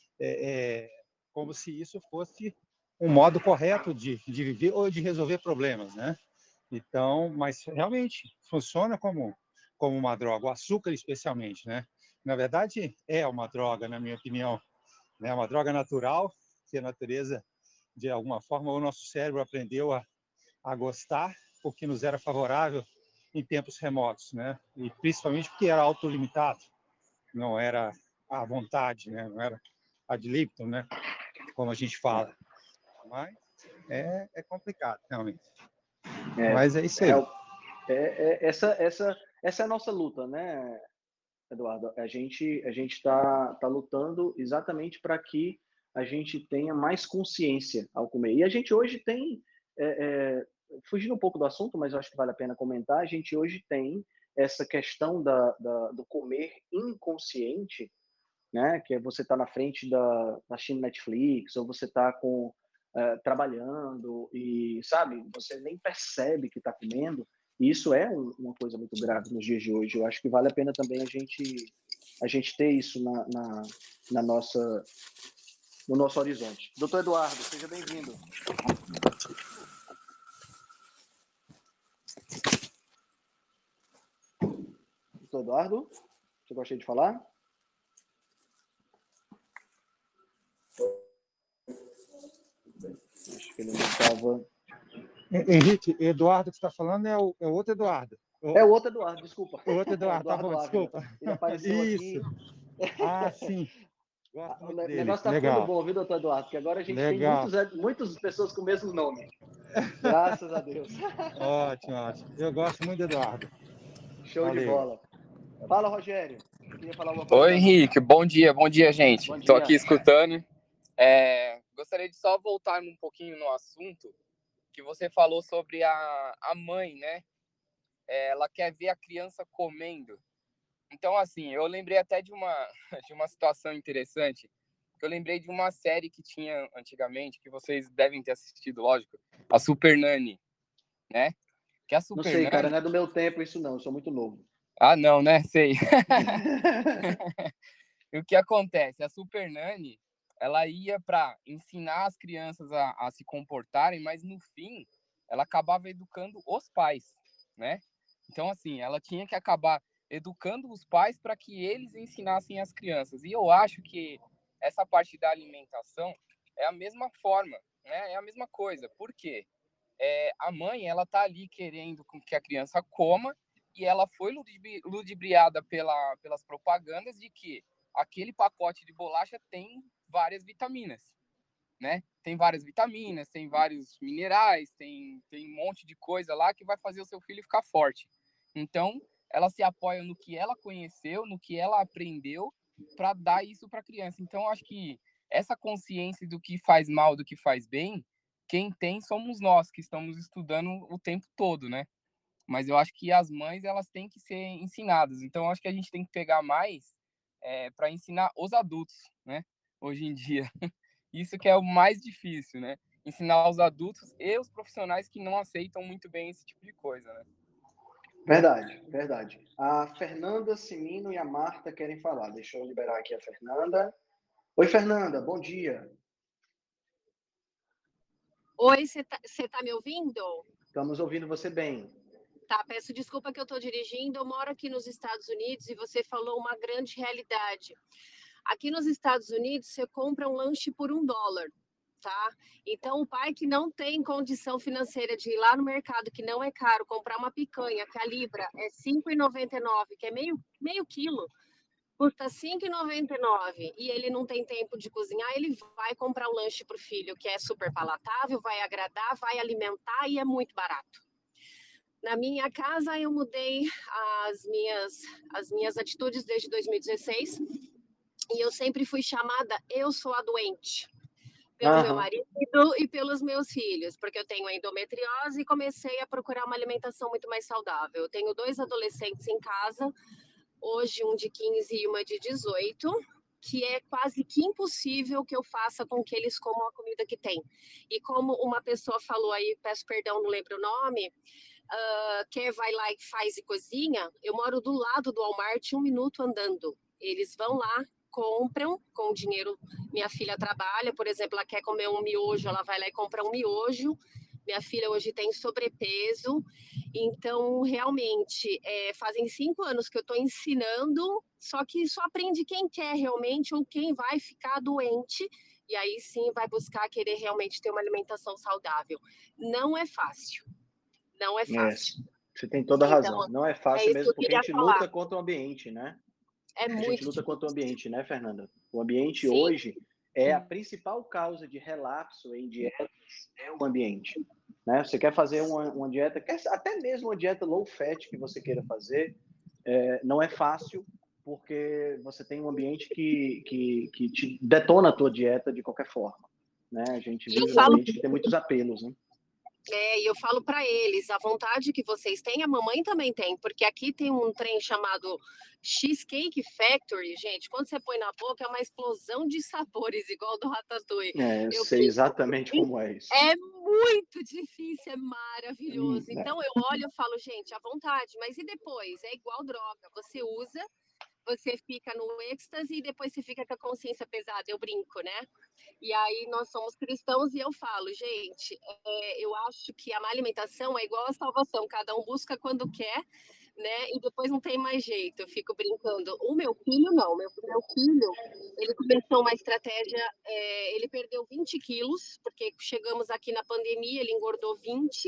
Como se isso fosse um modo correto de viver ou de resolver problemas, né? Então, mas realmente funciona como uma droga, o açúcar especialmente, né? Na verdade, é uma droga, na minha opinião, né? Uma droga natural que a natureza, de alguma forma, o nosso cérebro aprendeu a gostar porque nos era favorável em tempos remotos, né? E principalmente porque era autolimitado, não era à vontade, né? Não era ad libitum, né? Como a gente fala. Mas é complicado, realmente. Mas é isso aí. Essa é a nossa luta, né, Eduardo? A gente está lutando exatamente para que a gente tenha mais consciência ao comer. E a gente hoje tem, fugindo um pouco do assunto, mas eu acho que vale a pena comentar, a gente hoje tem essa questão do comer inconsciente, né? Que é você estar na frente da Netflix, ou você está trabalhando e, sabe, você nem percebe que está comendo. E isso é uma coisa muito grave nos dias de hoje. Eu acho que vale a pena também a gente ter isso no nosso horizonte. Doutor Eduardo, seja bem-vindo. Doutor Eduardo, você gostaria de falar? estava... Henrique, Eduardo que você está falando é o outro Eduardo. É o outro Eduardo, desculpa. O outro Eduardo, tá bom, Ávila. desculpa. Ele apareceu Isso. aqui. Sim. Gosto O muito dele. negócio está ficando Legal. bom, viu, doutor Eduardo? Porque agora a gente tem Legal. muitas pessoas com o mesmo nome. Graças a Deus. Ótimo. Eu gosto muito do Eduardo. Show de Valeu. bola. Fala, Rogério. Você queria falar alguma coisa? Oi, Henrique. Bom dia, gente. Bom Estou dia. aqui escutando. Gostaria de só voltar um pouquinho no assunto que você falou sobre a mãe, né? Ela quer ver a criança comendo. Então, assim, eu lembrei até de uma situação interessante. Eu lembrei de uma série que tinha antigamente, que vocês devem ter assistido, lógico, a Super Nanny, né? Que a Super Não sei, Nanny... cara, não é do meu tempo isso não, eu sou muito novo. Ah, não, né? Sei. E o que acontece? A Super Nanny, ela ia para ensinar as crianças a se comportarem, mas no fim, ela acabava educando os pais, né? Então, assim, ela tinha que acabar educando os pais para que eles ensinassem as crianças. E eu acho que essa parte da alimentação é a mesma forma, né? É a mesma coisa. Por quê? A mãe, ela tá ali querendo que a criança coma e ela foi ludibriada pelas propagandas de que aquele pacote de bolacha tem várias vitaminas, né? Tem várias vitaminas, tem vários minerais, tem um monte de coisa lá que vai fazer o seu filho ficar forte. Então, ela se apoia no que ela conheceu, no que ela aprendeu, para dar isso para a criança. Então, acho que essa consciência do que faz mal, do que faz bem, quem tem somos nós, que estamos estudando o tempo todo, né? Mas eu acho que as mães, elas têm que ser ensinadas. Então, eu acho que a gente tem que pegar mais para ensinar os adultos, né? Hoje em dia. Isso que é o mais difícil, né? Ensinar os adultos e os profissionais que não aceitam muito bem esse tipo de coisa, né? Verdade. A Fernanda, Simino e a Marta querem falar. Deixa eu liberar aqui a Fernanda. Oi, Fernanda, bom dia. Oi, você tá me ouvindo? Estamos ouvindo você bem. Tá, peço desculpa que eu estou dirigindo. Eu moro aqui nos Estados Unidos e você falou uma grande realidade. Aqui nos Estados Unidos, você compra um lanche por $1, tá? Então, o pai que não tem condição financeira de ir lá no mercado, que não é caro, comprar uma picanha, que a libra é R$5,99, que é meio quilo, custa R$5,99 e ele não tem tempo de cozinhar, ele vai comprar um lanche para o filho, que é super palatável, vai agradar, vai alimentar e é muito barato. Na minha casa, eu mudei as minhas atitudes desde 2016 e eu sempre fui chamada, eu sou a doente, pelo meu marido e pelos meus filhos, porque eu tenho endometriose e comecei a procurar uma alimentação muito mais saudável. Eu tenho 2 adolescentes em casa, hoje um de 15 e uma de 18, que é quase que impossível que eu faça com que eles comam a comida que tem. E como uma pessoa falou aí, peço perdão, não lembro o nome, quer vai lá e faz e cozinha, eu moro do lado do Walmart, 1 minuto andando. Eles vão lá, compram com o dinheiro, minha filha trabalha, por exemplo, ela quer comer um miojo, ela vai lá e compra um miojo. Minha filha hoje tem sobrepeso, então realmente fazem 5 anos que eu estou ensinando, só que só aprende quem quer realmente ou quem vai ficar doente, e aí sim vai buscar querer realmente ter uma alimentação saudável. Não é fácil. Não é fácil. Você tem toda a razão. Então, não é fácil isso mesmo, que eu porque a gente queria falar. luta contra o ambiente, né? É A gente muito luta contra o difícil. ambiente, né, Fernanda? O ambiente Sim. hoje é a principal causa de relapso em dietas, é o ambiente. Né? Você quer fazer uma dieta, até mesmo uma dieta low fat que você queira fazer, não é fácil, porque você tem um ambiente que te detona a tua dieta de qualquer forma. Né? A gente vive num ambiente que tem muitos apelos, né? E eu falo para eles, a vontade que vocês têm, a mamãe também tem, porque aqui tem um trem chamado Cheesecake Factory, gente, quando você põe na boca é uma explosão de sabores, igual do Ratatouille. Eu sei exatamente como é isso. É muito difícil, é maravilhoso. Então eu olho e falo, gente, à vontade, mas e depois? É igual droga, você usa, você fica no êxtase e depois você fica com a consciência pesada, eu brinco, né? E aí nós somos cristãos e eu falo, gente, eu acho que a má alimentação é igual a salvação, cada um busca quando quer, né? E depois não tem mais jeito, eu fico brincando. O meu filho, não. Meu filho, ele começou uma estratégia, ele perdeu 20 quilos, porque chegamos aqui na pandemia, ele engordou 20,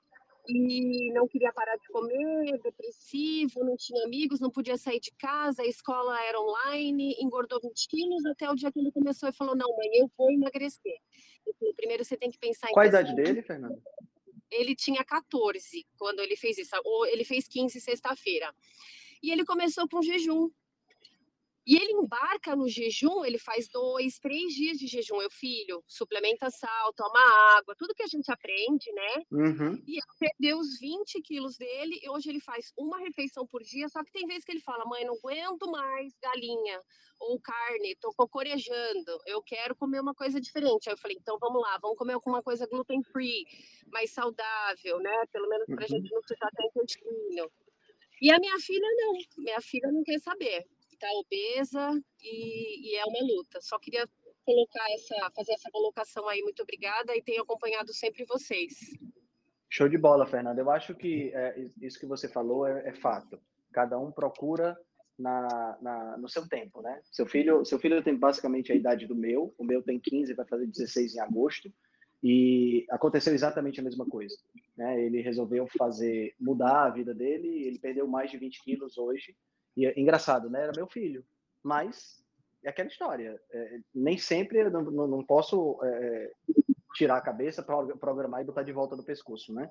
e não queria parar de comer, depressivo, não tinha amigos, não podia sair de casa, a escola era online, engordou 20 quilos, até o dia que ele começou e falou, não, mãe, eu vou emagrecer. Eu falei, primeiro você tem que pensar em Qual a ter idade saúde. dele, Fernanda? Ele tinha 14 quando ele fez isso, ou ele fez 15 sexta-feira. E ele começou com jejum. E ele embarca no jejum, ele faz 2, 3 dias de jejum. Eu, filho, suplementa sal, toma água, tudo que a gente aprende, né? Uhum. E ele perdeu os 20 quilos dele, e hoje ele faz uma refeição por dia, só que tem vezes que ele fala, mãe, não aguento mais galinha ou carne, tô cocorejando, eu quero comer uma coisa diferente. Aí eu falei, então vamos lá, vamos comer alguma coisa gluten-free, mais saudável, né? Pelo menos pra gente não precisar ter intestino. E a minha filha não quer saber, tá obesa e é uma luta. Só queria fazer essa colocação aí, muito obrigada, e tenho acompanhado sempre vocês. Show de bola, Fernanda. Eu acho que isso que você falou é fato. Cada um procura no seu tempo, né? Seu filho tem basicamente a idade do meu. O meu tem 15, vai fazer 16 em agosto. E aconteceu exatamente a mesma coisa, né? Ele resolveu mudar a vida dele. Ele perdeu mais de 20 quilos hoje. E é engraçado, né? Era meu filho. Mas é aquela história. Nem sempre eu não posso tirar a cabeça, programar e botar de volta no pescoço, né?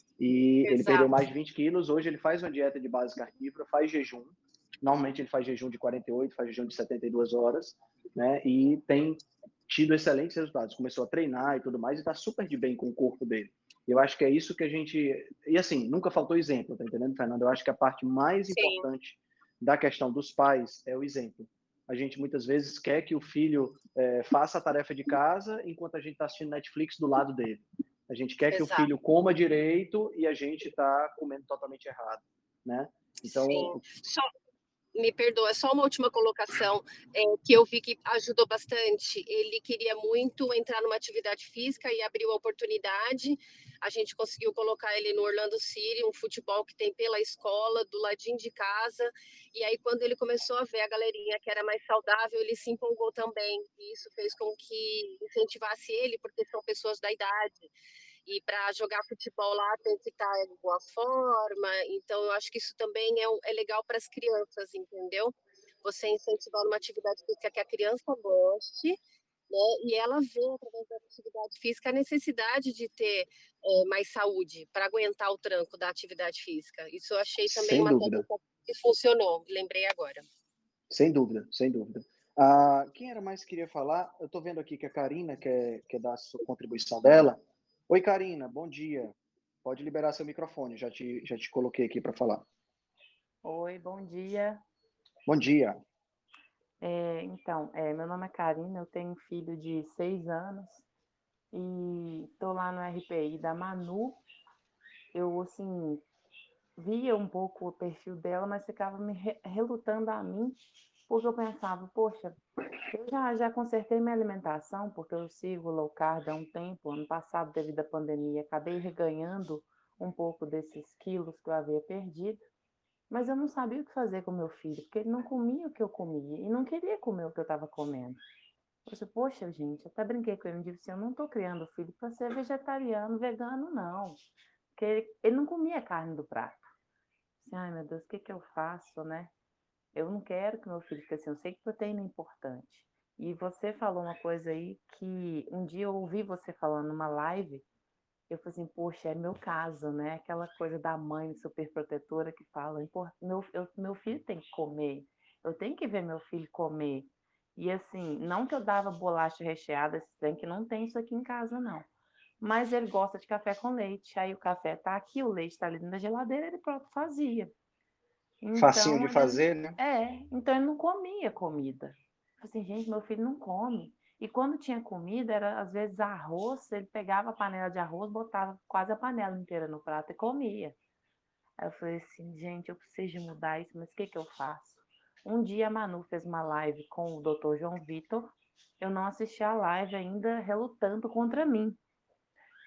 E ele perdeu Exato. mais de 20 quilos. Hoje ele faz uma dieta de base carnívora, faz jejum. Normalmente ele faz jejum de 48, faz jejum de 72 horas, né? E tem tido excelentes resultados. Começou a treinar e tudo mais e está super de bem com o corpo dele. Eu acho que é isso que a gente... E assim, nunca faltou exemplo, tá entendendo, Fernando? Eu acho que a parte mais Sim. importante da questão dos pais é o exemplo. A gente muitas vezes quer que o filho faça a tarefa de casa enquanto a gente está assistindo Netflix do lado dele. A gente quer que o Exato. filho coma direito e a gente está comendo totalmente errado, né? Então, sim. Me perdoa, só uma última colocação que eu vi que ajudou bastante. Ele queria muito entrar numa atividade física e abriu a oportunidade. A gente conseguiu colocar ele no Orlando City, um futebol que tem pela escola, do ladinho de casa. E aí, quando ele começou a ver a galerinha que era mais saudável, ele se empolgou também. E isso fez com que incentivasse ele, porque são pessoas da idade. E para jogar futebol lá tem que estar em boa forma. Então, eu acho que isso também é legal para as crianças, entendeu? Você incentivar uma atividade física que a criança goste, né? E ela vê, através da atividade física, a necessidade de ter mais saúde para aguentar o tranco da atividade física. Isso eu achei também sem uma dúvida. técnica que funcionou, lembrei agora. Sem dúvida, sem dúvida. Quem era mais que queria falar? Eu estou vendo aqui que a Karina quer dar a sua contribuição dela. Oi, Karina, bom dia. Pode liberar seu microfone, já te coloquei aqui para falar. Oi, bom dia. Bom dia. Então, meu nome é Karina, eu tenho um filho de 6 anos e estou lá no RPI da Manu. Eu, assim, via um pouco o perfil dela, mas ficava me relutando a mim, porque eu pensava, poxa, eu já consertei minha alimentação, porque eu sigo low carb há um tempo. Ano passado, devido à pandemia, acabei reganhando um pouco desses quilos que eu havia perdido. Mas eu não sabia o que fazer com meu filho, porque ele não comia o que eu comia e não queria comer o que eu estava comendo. Eu disse, poxa, gente, eu até brinquei com ele, disse, eu não estou criando filho para ser vegetariano, vegano, não. Porque ele não comia carne do prato. Assim, ai, meu Deus, o que eu faço, né? Eu não quero que meu filho fique assim, eu sei que proteína é importante. E você falou uma coisa aí que um dia eu ouvi você falando numa live. Eu falei assim, poxa, é meu caso, né? Aquela coisa da mãe super protetora que fala, meu filho tem que comer, eu tenho que ver meu filho comer. E assim, não que eu dava bolacha recheada, tem que não tem isso aqui em casa, não. Mas ele gosta de café com leite, aí o café tá aqui, o leite tá ali na geladeira, ele próprio fazia. Facinho de Então, fazer, né? então ele não comia comida. Eu falei assim, gente, meu filho não come. E quando tinha comida, era às vezes arroz, ele pegava a panela de arroz, botava quase a panela inteira no prato e comia. Aí eu falei assim, gente, eu preciso de mudar isso, mas o que eu faço? Um dia a Manu fez uma live com o Dr. João Vitor, eu não assisti a live ainda relutando contra mim.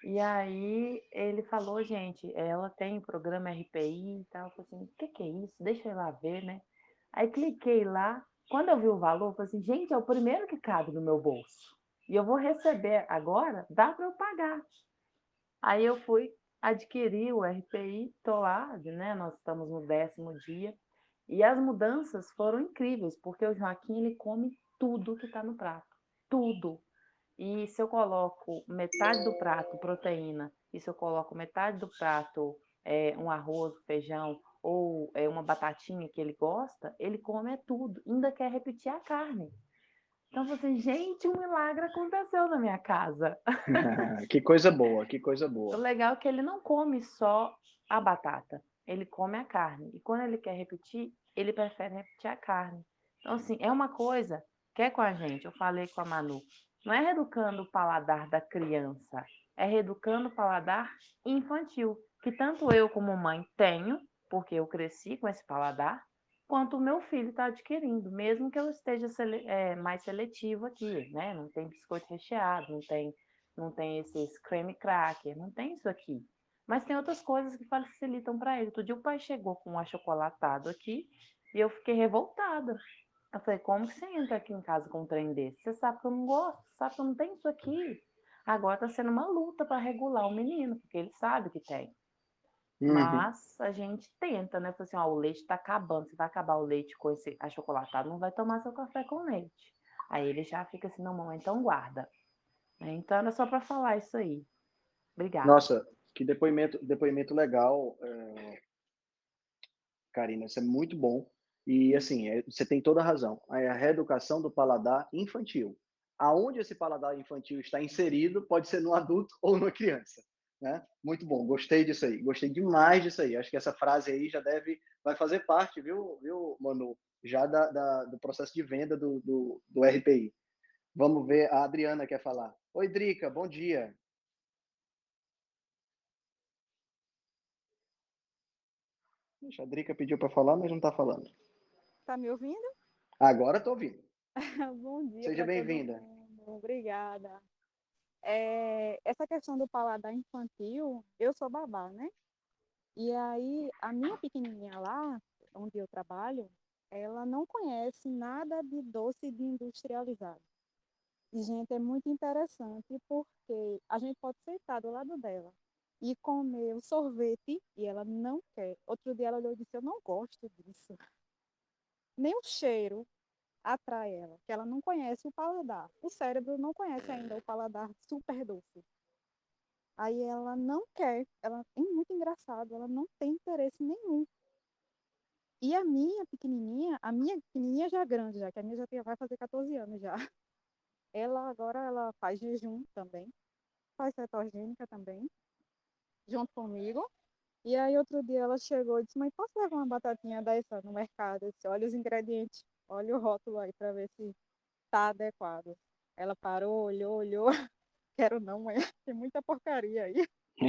E aí ele falou, gente, ela tem o programa RPI e tal. Eu falei assim, o que é isso? Deixa eu ir lá ver, né? Aí cliquei lá. Quando eu vi o valor, eu falei assim, gente, é o primeiro que cabe no meu bolso. E eu vou receber agora, dá para eu pagar. Aí eu fui adquirir o RPI, tô lá, né? Nós estamos no 10º dia. E as mudanças foram incríveis, porque o Joaquim, ele come tudo que está no prato. Tudo. E se eu coloco metade do prato proteína, e se eu coloco metade do prato um arroz, feijão, ou uma batatinha que ele gosta, ele come tudo. Ainda quer repetir a carne. Então, assim, gente, um milagre aconteceu na minha casa. Que coisa boa, que coisa O boa. legal é que ele não come só a batata, ele come a carne. E quando ele quer repetir, ele prefere repetir a carne. Então, assim, é uma coisa que é com a gente. Eu falei com a Manu, não é reeducando o paladar da criança, é reeducando o paladar infantil, que tanto eu como mãe tenho, porque eu cresci com esse paladar, quanto o meu filho está adquirindo, mesmo que eu esteja mais seletivo aqui, né? Não tem biscoito recheado, não tem esses creme cracker, não tem isso aqui. Mas tem outras coisas que facilitam para ele. Outro dia o pai chegou com um achocolatado aqui e eu fiquei revoltada. Eu falei, como que você entra aqui em casa com um trem desse? Você sabe que eu não gosto, sabe que eu não tenho isso aqui. Agora está sendo uma luta para regular o menino, porque ele sabe que tem. Mas a gente tenta, né? Falei assim, ó, o leite está acabando, você vai acabar o leite com esse achocolatado, não vai tomar seu café com leite. Aí ele já fica assim, não, mamãe, então guarda. Então era só para falar isso aí. Obrigada. Nossa, que depoimento legal, Karina, isso é muito bom. E, assim, você tem toda a razão. É a reeducação do paladar infantil. Aonde esse paladar infantil está inserido, pode ser no adulto ou na criança. Né? Muito bom, gostei disso aí. Gostei demais disso aí. Acho que essa frase aí vai fazer parte, viu Manu? Já do processo de venda do RPI. Vamos ver, a Adriana quer falar. Oi, Drica, bom dia. Ixi, a Drica pediu para falar, mas não está falando. Tá me ouvindo? Agora estou ouvindo. Bom dia Seja para todo bem-vinda. mundo. Obrigada. Essa questão do paladar infantil, eu sou babá, né? E aí, a minha pequenininha lá, onde eu trabalho, ela não conhece nada de doce de industrializado. E, gente, é muito interessante porque a gente pode sentar do lado dela e comer o sorvete e ela não quer. Outro dia ela olhou e disse, eu não gosto disso. Nem o cheiro atrai ela, que ela não conhece o paladar. O cérebro não conhece ainda o paladar super doce. Aí ela não quer, ela é muito engraçado, ela não tem interesse nenhum. E a minha pequenininha já é grande, já, que a minha vai fazer 14 anos já. Ela agora ela faz jejum também, faz cetogênica também, junto comigo. E aí outro dia ela chegou e disse, mãe, posso levar uma batatinha dessa no mercado? Eu disse, olha os ingredientes, olha o rótulo aí para ver se tá adequado. Ela parou, olhou, quero não, mãe, tem muita porcaria aí,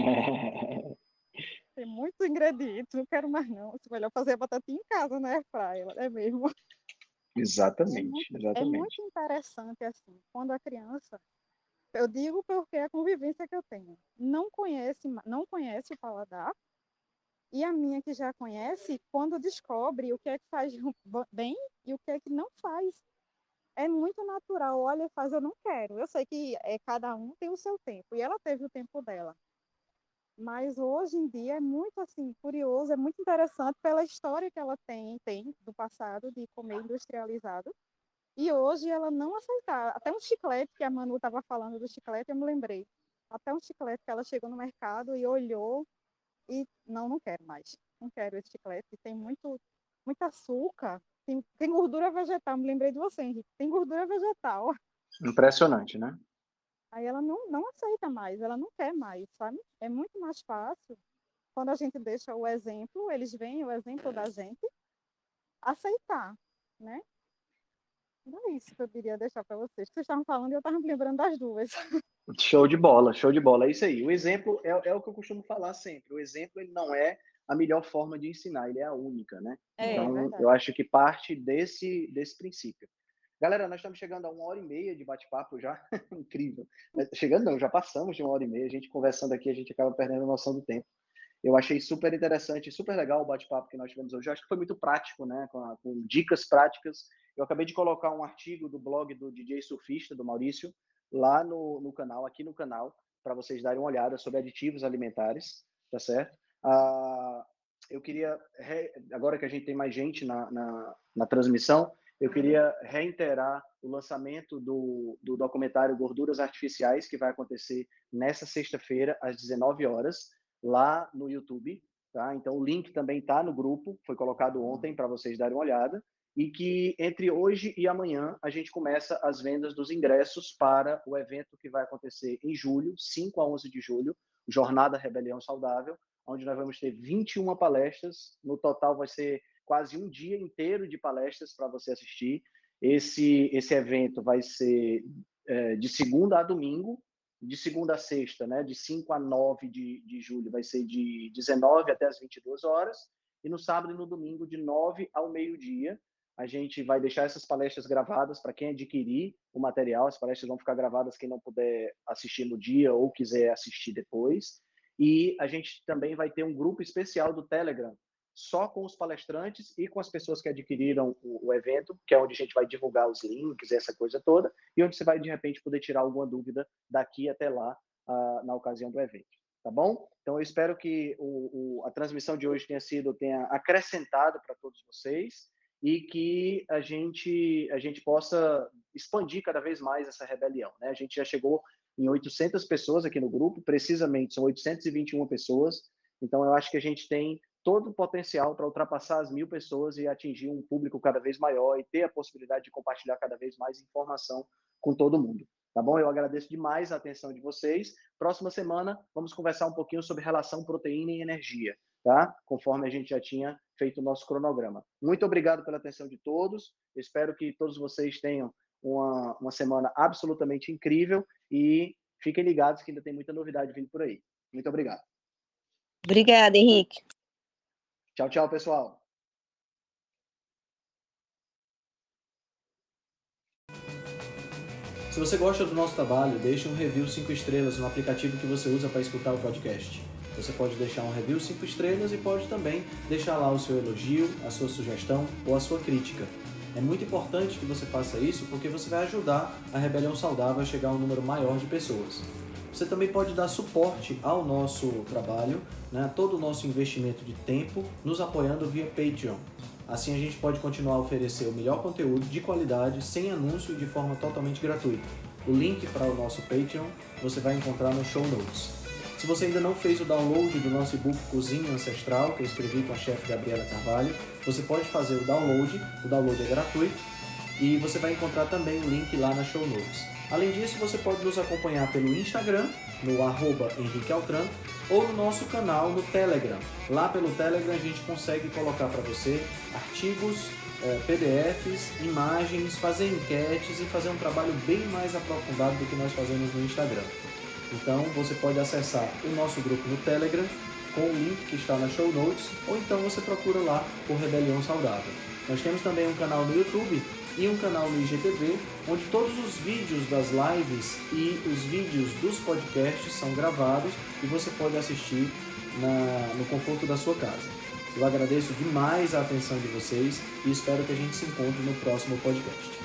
tem muitos ingredientes, não quero mais não. É melhor fazer a batatinha em casa, né, airfryer, é mesmo. Exatamente, É exatamente. muito interessante, assim, quando a criança, eu digo porque é a convivência que eu tenho, não conhece o paladar, e a minha que já conhece, quando descobre o que é que faz bem e o que é que não faz. É muito natural, olha, faz, eu não quero. Eu sei que cada um tem o seu tempo, e ela teve o tempo dela. Mas hoje em dia é muito assim curioso, é muito interessante pela história que ela tem do passado de comer industrializado. E hoje ela não aceitar. Até um chiclete que a Manu estava falando do chiclete, eu me lembrei. Até um chiclete que ela chegou no mercado e olhou e não quero mais. Não quero esse chiclete, tem muito açúcar. Tem gordura vegetal, me lembrei de você, Henrique. Tem gordura vegetal. Impressionante, né? Aí ela não aceita mais, ela não quer mais, sabe? É muito mais fácil quando a gente deixa o exemplo, eles veem o exemplo da gente, aceitar, né? Não é isso que eu queria deixar para vocês. Vocês estavam falando e eu estava me lembrando das duas. Show de bola, show de bola. É isso aí. O exemplo é o que eu costumo falar sempre. O exemplo ele não é a melhor forma de ensinar, ele é a única, né? Então, eu Verdade. acho que parte desse princípio. Galera, nós estamos chegando a 1h30 de bate-papo já. Incrível. Chegando não, já passamos de 1h30. A gente conversando aqui, a gente acaba perdendo a noção do tempo. Eu achei super interessante, super legal o bate-papo que nós tivemos hoje. Eu acho que foi muito prático, né? Com dicas práticas. Eu acabei de colocar um artigo do blog do DJ Surfista, do Maurício, lá no canal, aqui no canal, para vocês darem uma olhada sobre aditivos alimentares, tá certo? Eu queria, agora que a gente tem mais gente na transmissão, eu queria reiterar o lançamento do documentário Gorduras Artificiais, que vai acontecer nessa sexta-feira, às 19 horas, lá no YouTube. Tá? Então, o link também está no grupo, foi colocado ontem para vocês darem uma olhada. E que entre hoje e amanhã a gente começa as vendas dos ingressos para o evento que vai acontecer em julho, 5 a 11 de julho, Jornada Rebelião Saudável, onde nós vamos ter 21 palestras. No total vai ser quase um dia inteiro de palestras para você assistir. Esse evento vai ser de segunda a domingo, de segunda a sexta, né? De 5 a 9 de julho vai ser de 19 até as 22 horas, e no sábado e no domingo de 9 ao meio-dia. A gente vai deixar essas palestras gravadas para quem adquirir o material. As palestras vão ficar gravadas quem não puder assistir no dia ou quiser assistir depois. E a gente também vai ter um grupo especial do Telegram, só com os palestrantes e com as pessoas que adquiriram o evento, que é onde a gente vai divulgar os links, essa coisa toda, e onde você vai, de repente, poder tirar alguma dúvida daqui até lá, na ocasião do evento. Tá bom? Então, eu espero que a transmissão de hoje tenha acrescentado para todos vocês e que a gente possa expandir cada vez mais essa rebelião, né? A gente já chegou em 800 pessoas aqui no grupo, precisamente são 821 pessoas, então eu acho que a gente tem todo o potencial para ultrapassar as 1.000 pessoas e atingir um público cada vez maior e ter a possibilidade de compartilhar cada vez mais informação com todo mundo. Tá bom? Eu agradeço demais a atenção de vocês. Próxima semana, vamos conversar um pouquinho sobre relação proteína e energia, tá? Conforme a gente já tinha feito o nosso cronograma. Muito obrigado pela atenção de todos. Eu espero que todos vocês tenham uma semana absolutamente incrível e fiquem ligados que ainda tem muita novidade vindo por aí. Muito obrigado. Obrigada, Henrique. Tchau, tchau, pessoal. Se você gosta do nosso trabalho, deixe um review 5 estrelas no aplicativo que você usa para escutar o podcast. Você pode deixar um review 5 estrelas e pode também deixar lá o seu elogio, a sua sugestão ou a sua crítica. É muito importante que você faça isso porque você vai ajudar a Rebelião Saudável a chegar a um número maior de pessoas. Você também pode dar suporte ao nosso trabalho, né, todo o nosso investimento de tempo, nos apoiando via Patreon. Assim a gente pode continuar a oferecer o melhor conteúdo de qualidade, sem anúncio e de forma totalmente gratuita. O link para o nosso Patreon você vai encontrar no show notes. Se você ainda não fez o download do nosso e-book Cozinha Ancestral, que eu escrevi com a chefe Gabriela Carvalho, você pode fazer o download é gratuito e você vai encontrar também o link lá na show notes. Além disso, você pode nos acompanhar pelo Instagram, no @HenriqueAltran, ou no nosso canal no Telegram. Lá pelo Telegram a gente consegue colocar para você artigos, PDFs, imagens, fazer enquetes e fazer um trabalho bem mais aprofundado do que nós fazemos no Instagram. Então você pode acessar o nosso grupo no Telegram com o link que está na show notes, ou então você procura lá por Rebelião Saudável. Nós temos também um canal no YouTube e um canal no IGTV, onde todos os vídeos das lives e os vídeos dos podcasts são gravados e você pode assistir no conforto da sua casa. Eu agradeço demais a atenção de vocês e espero que a gente se encontre no próximo podcast.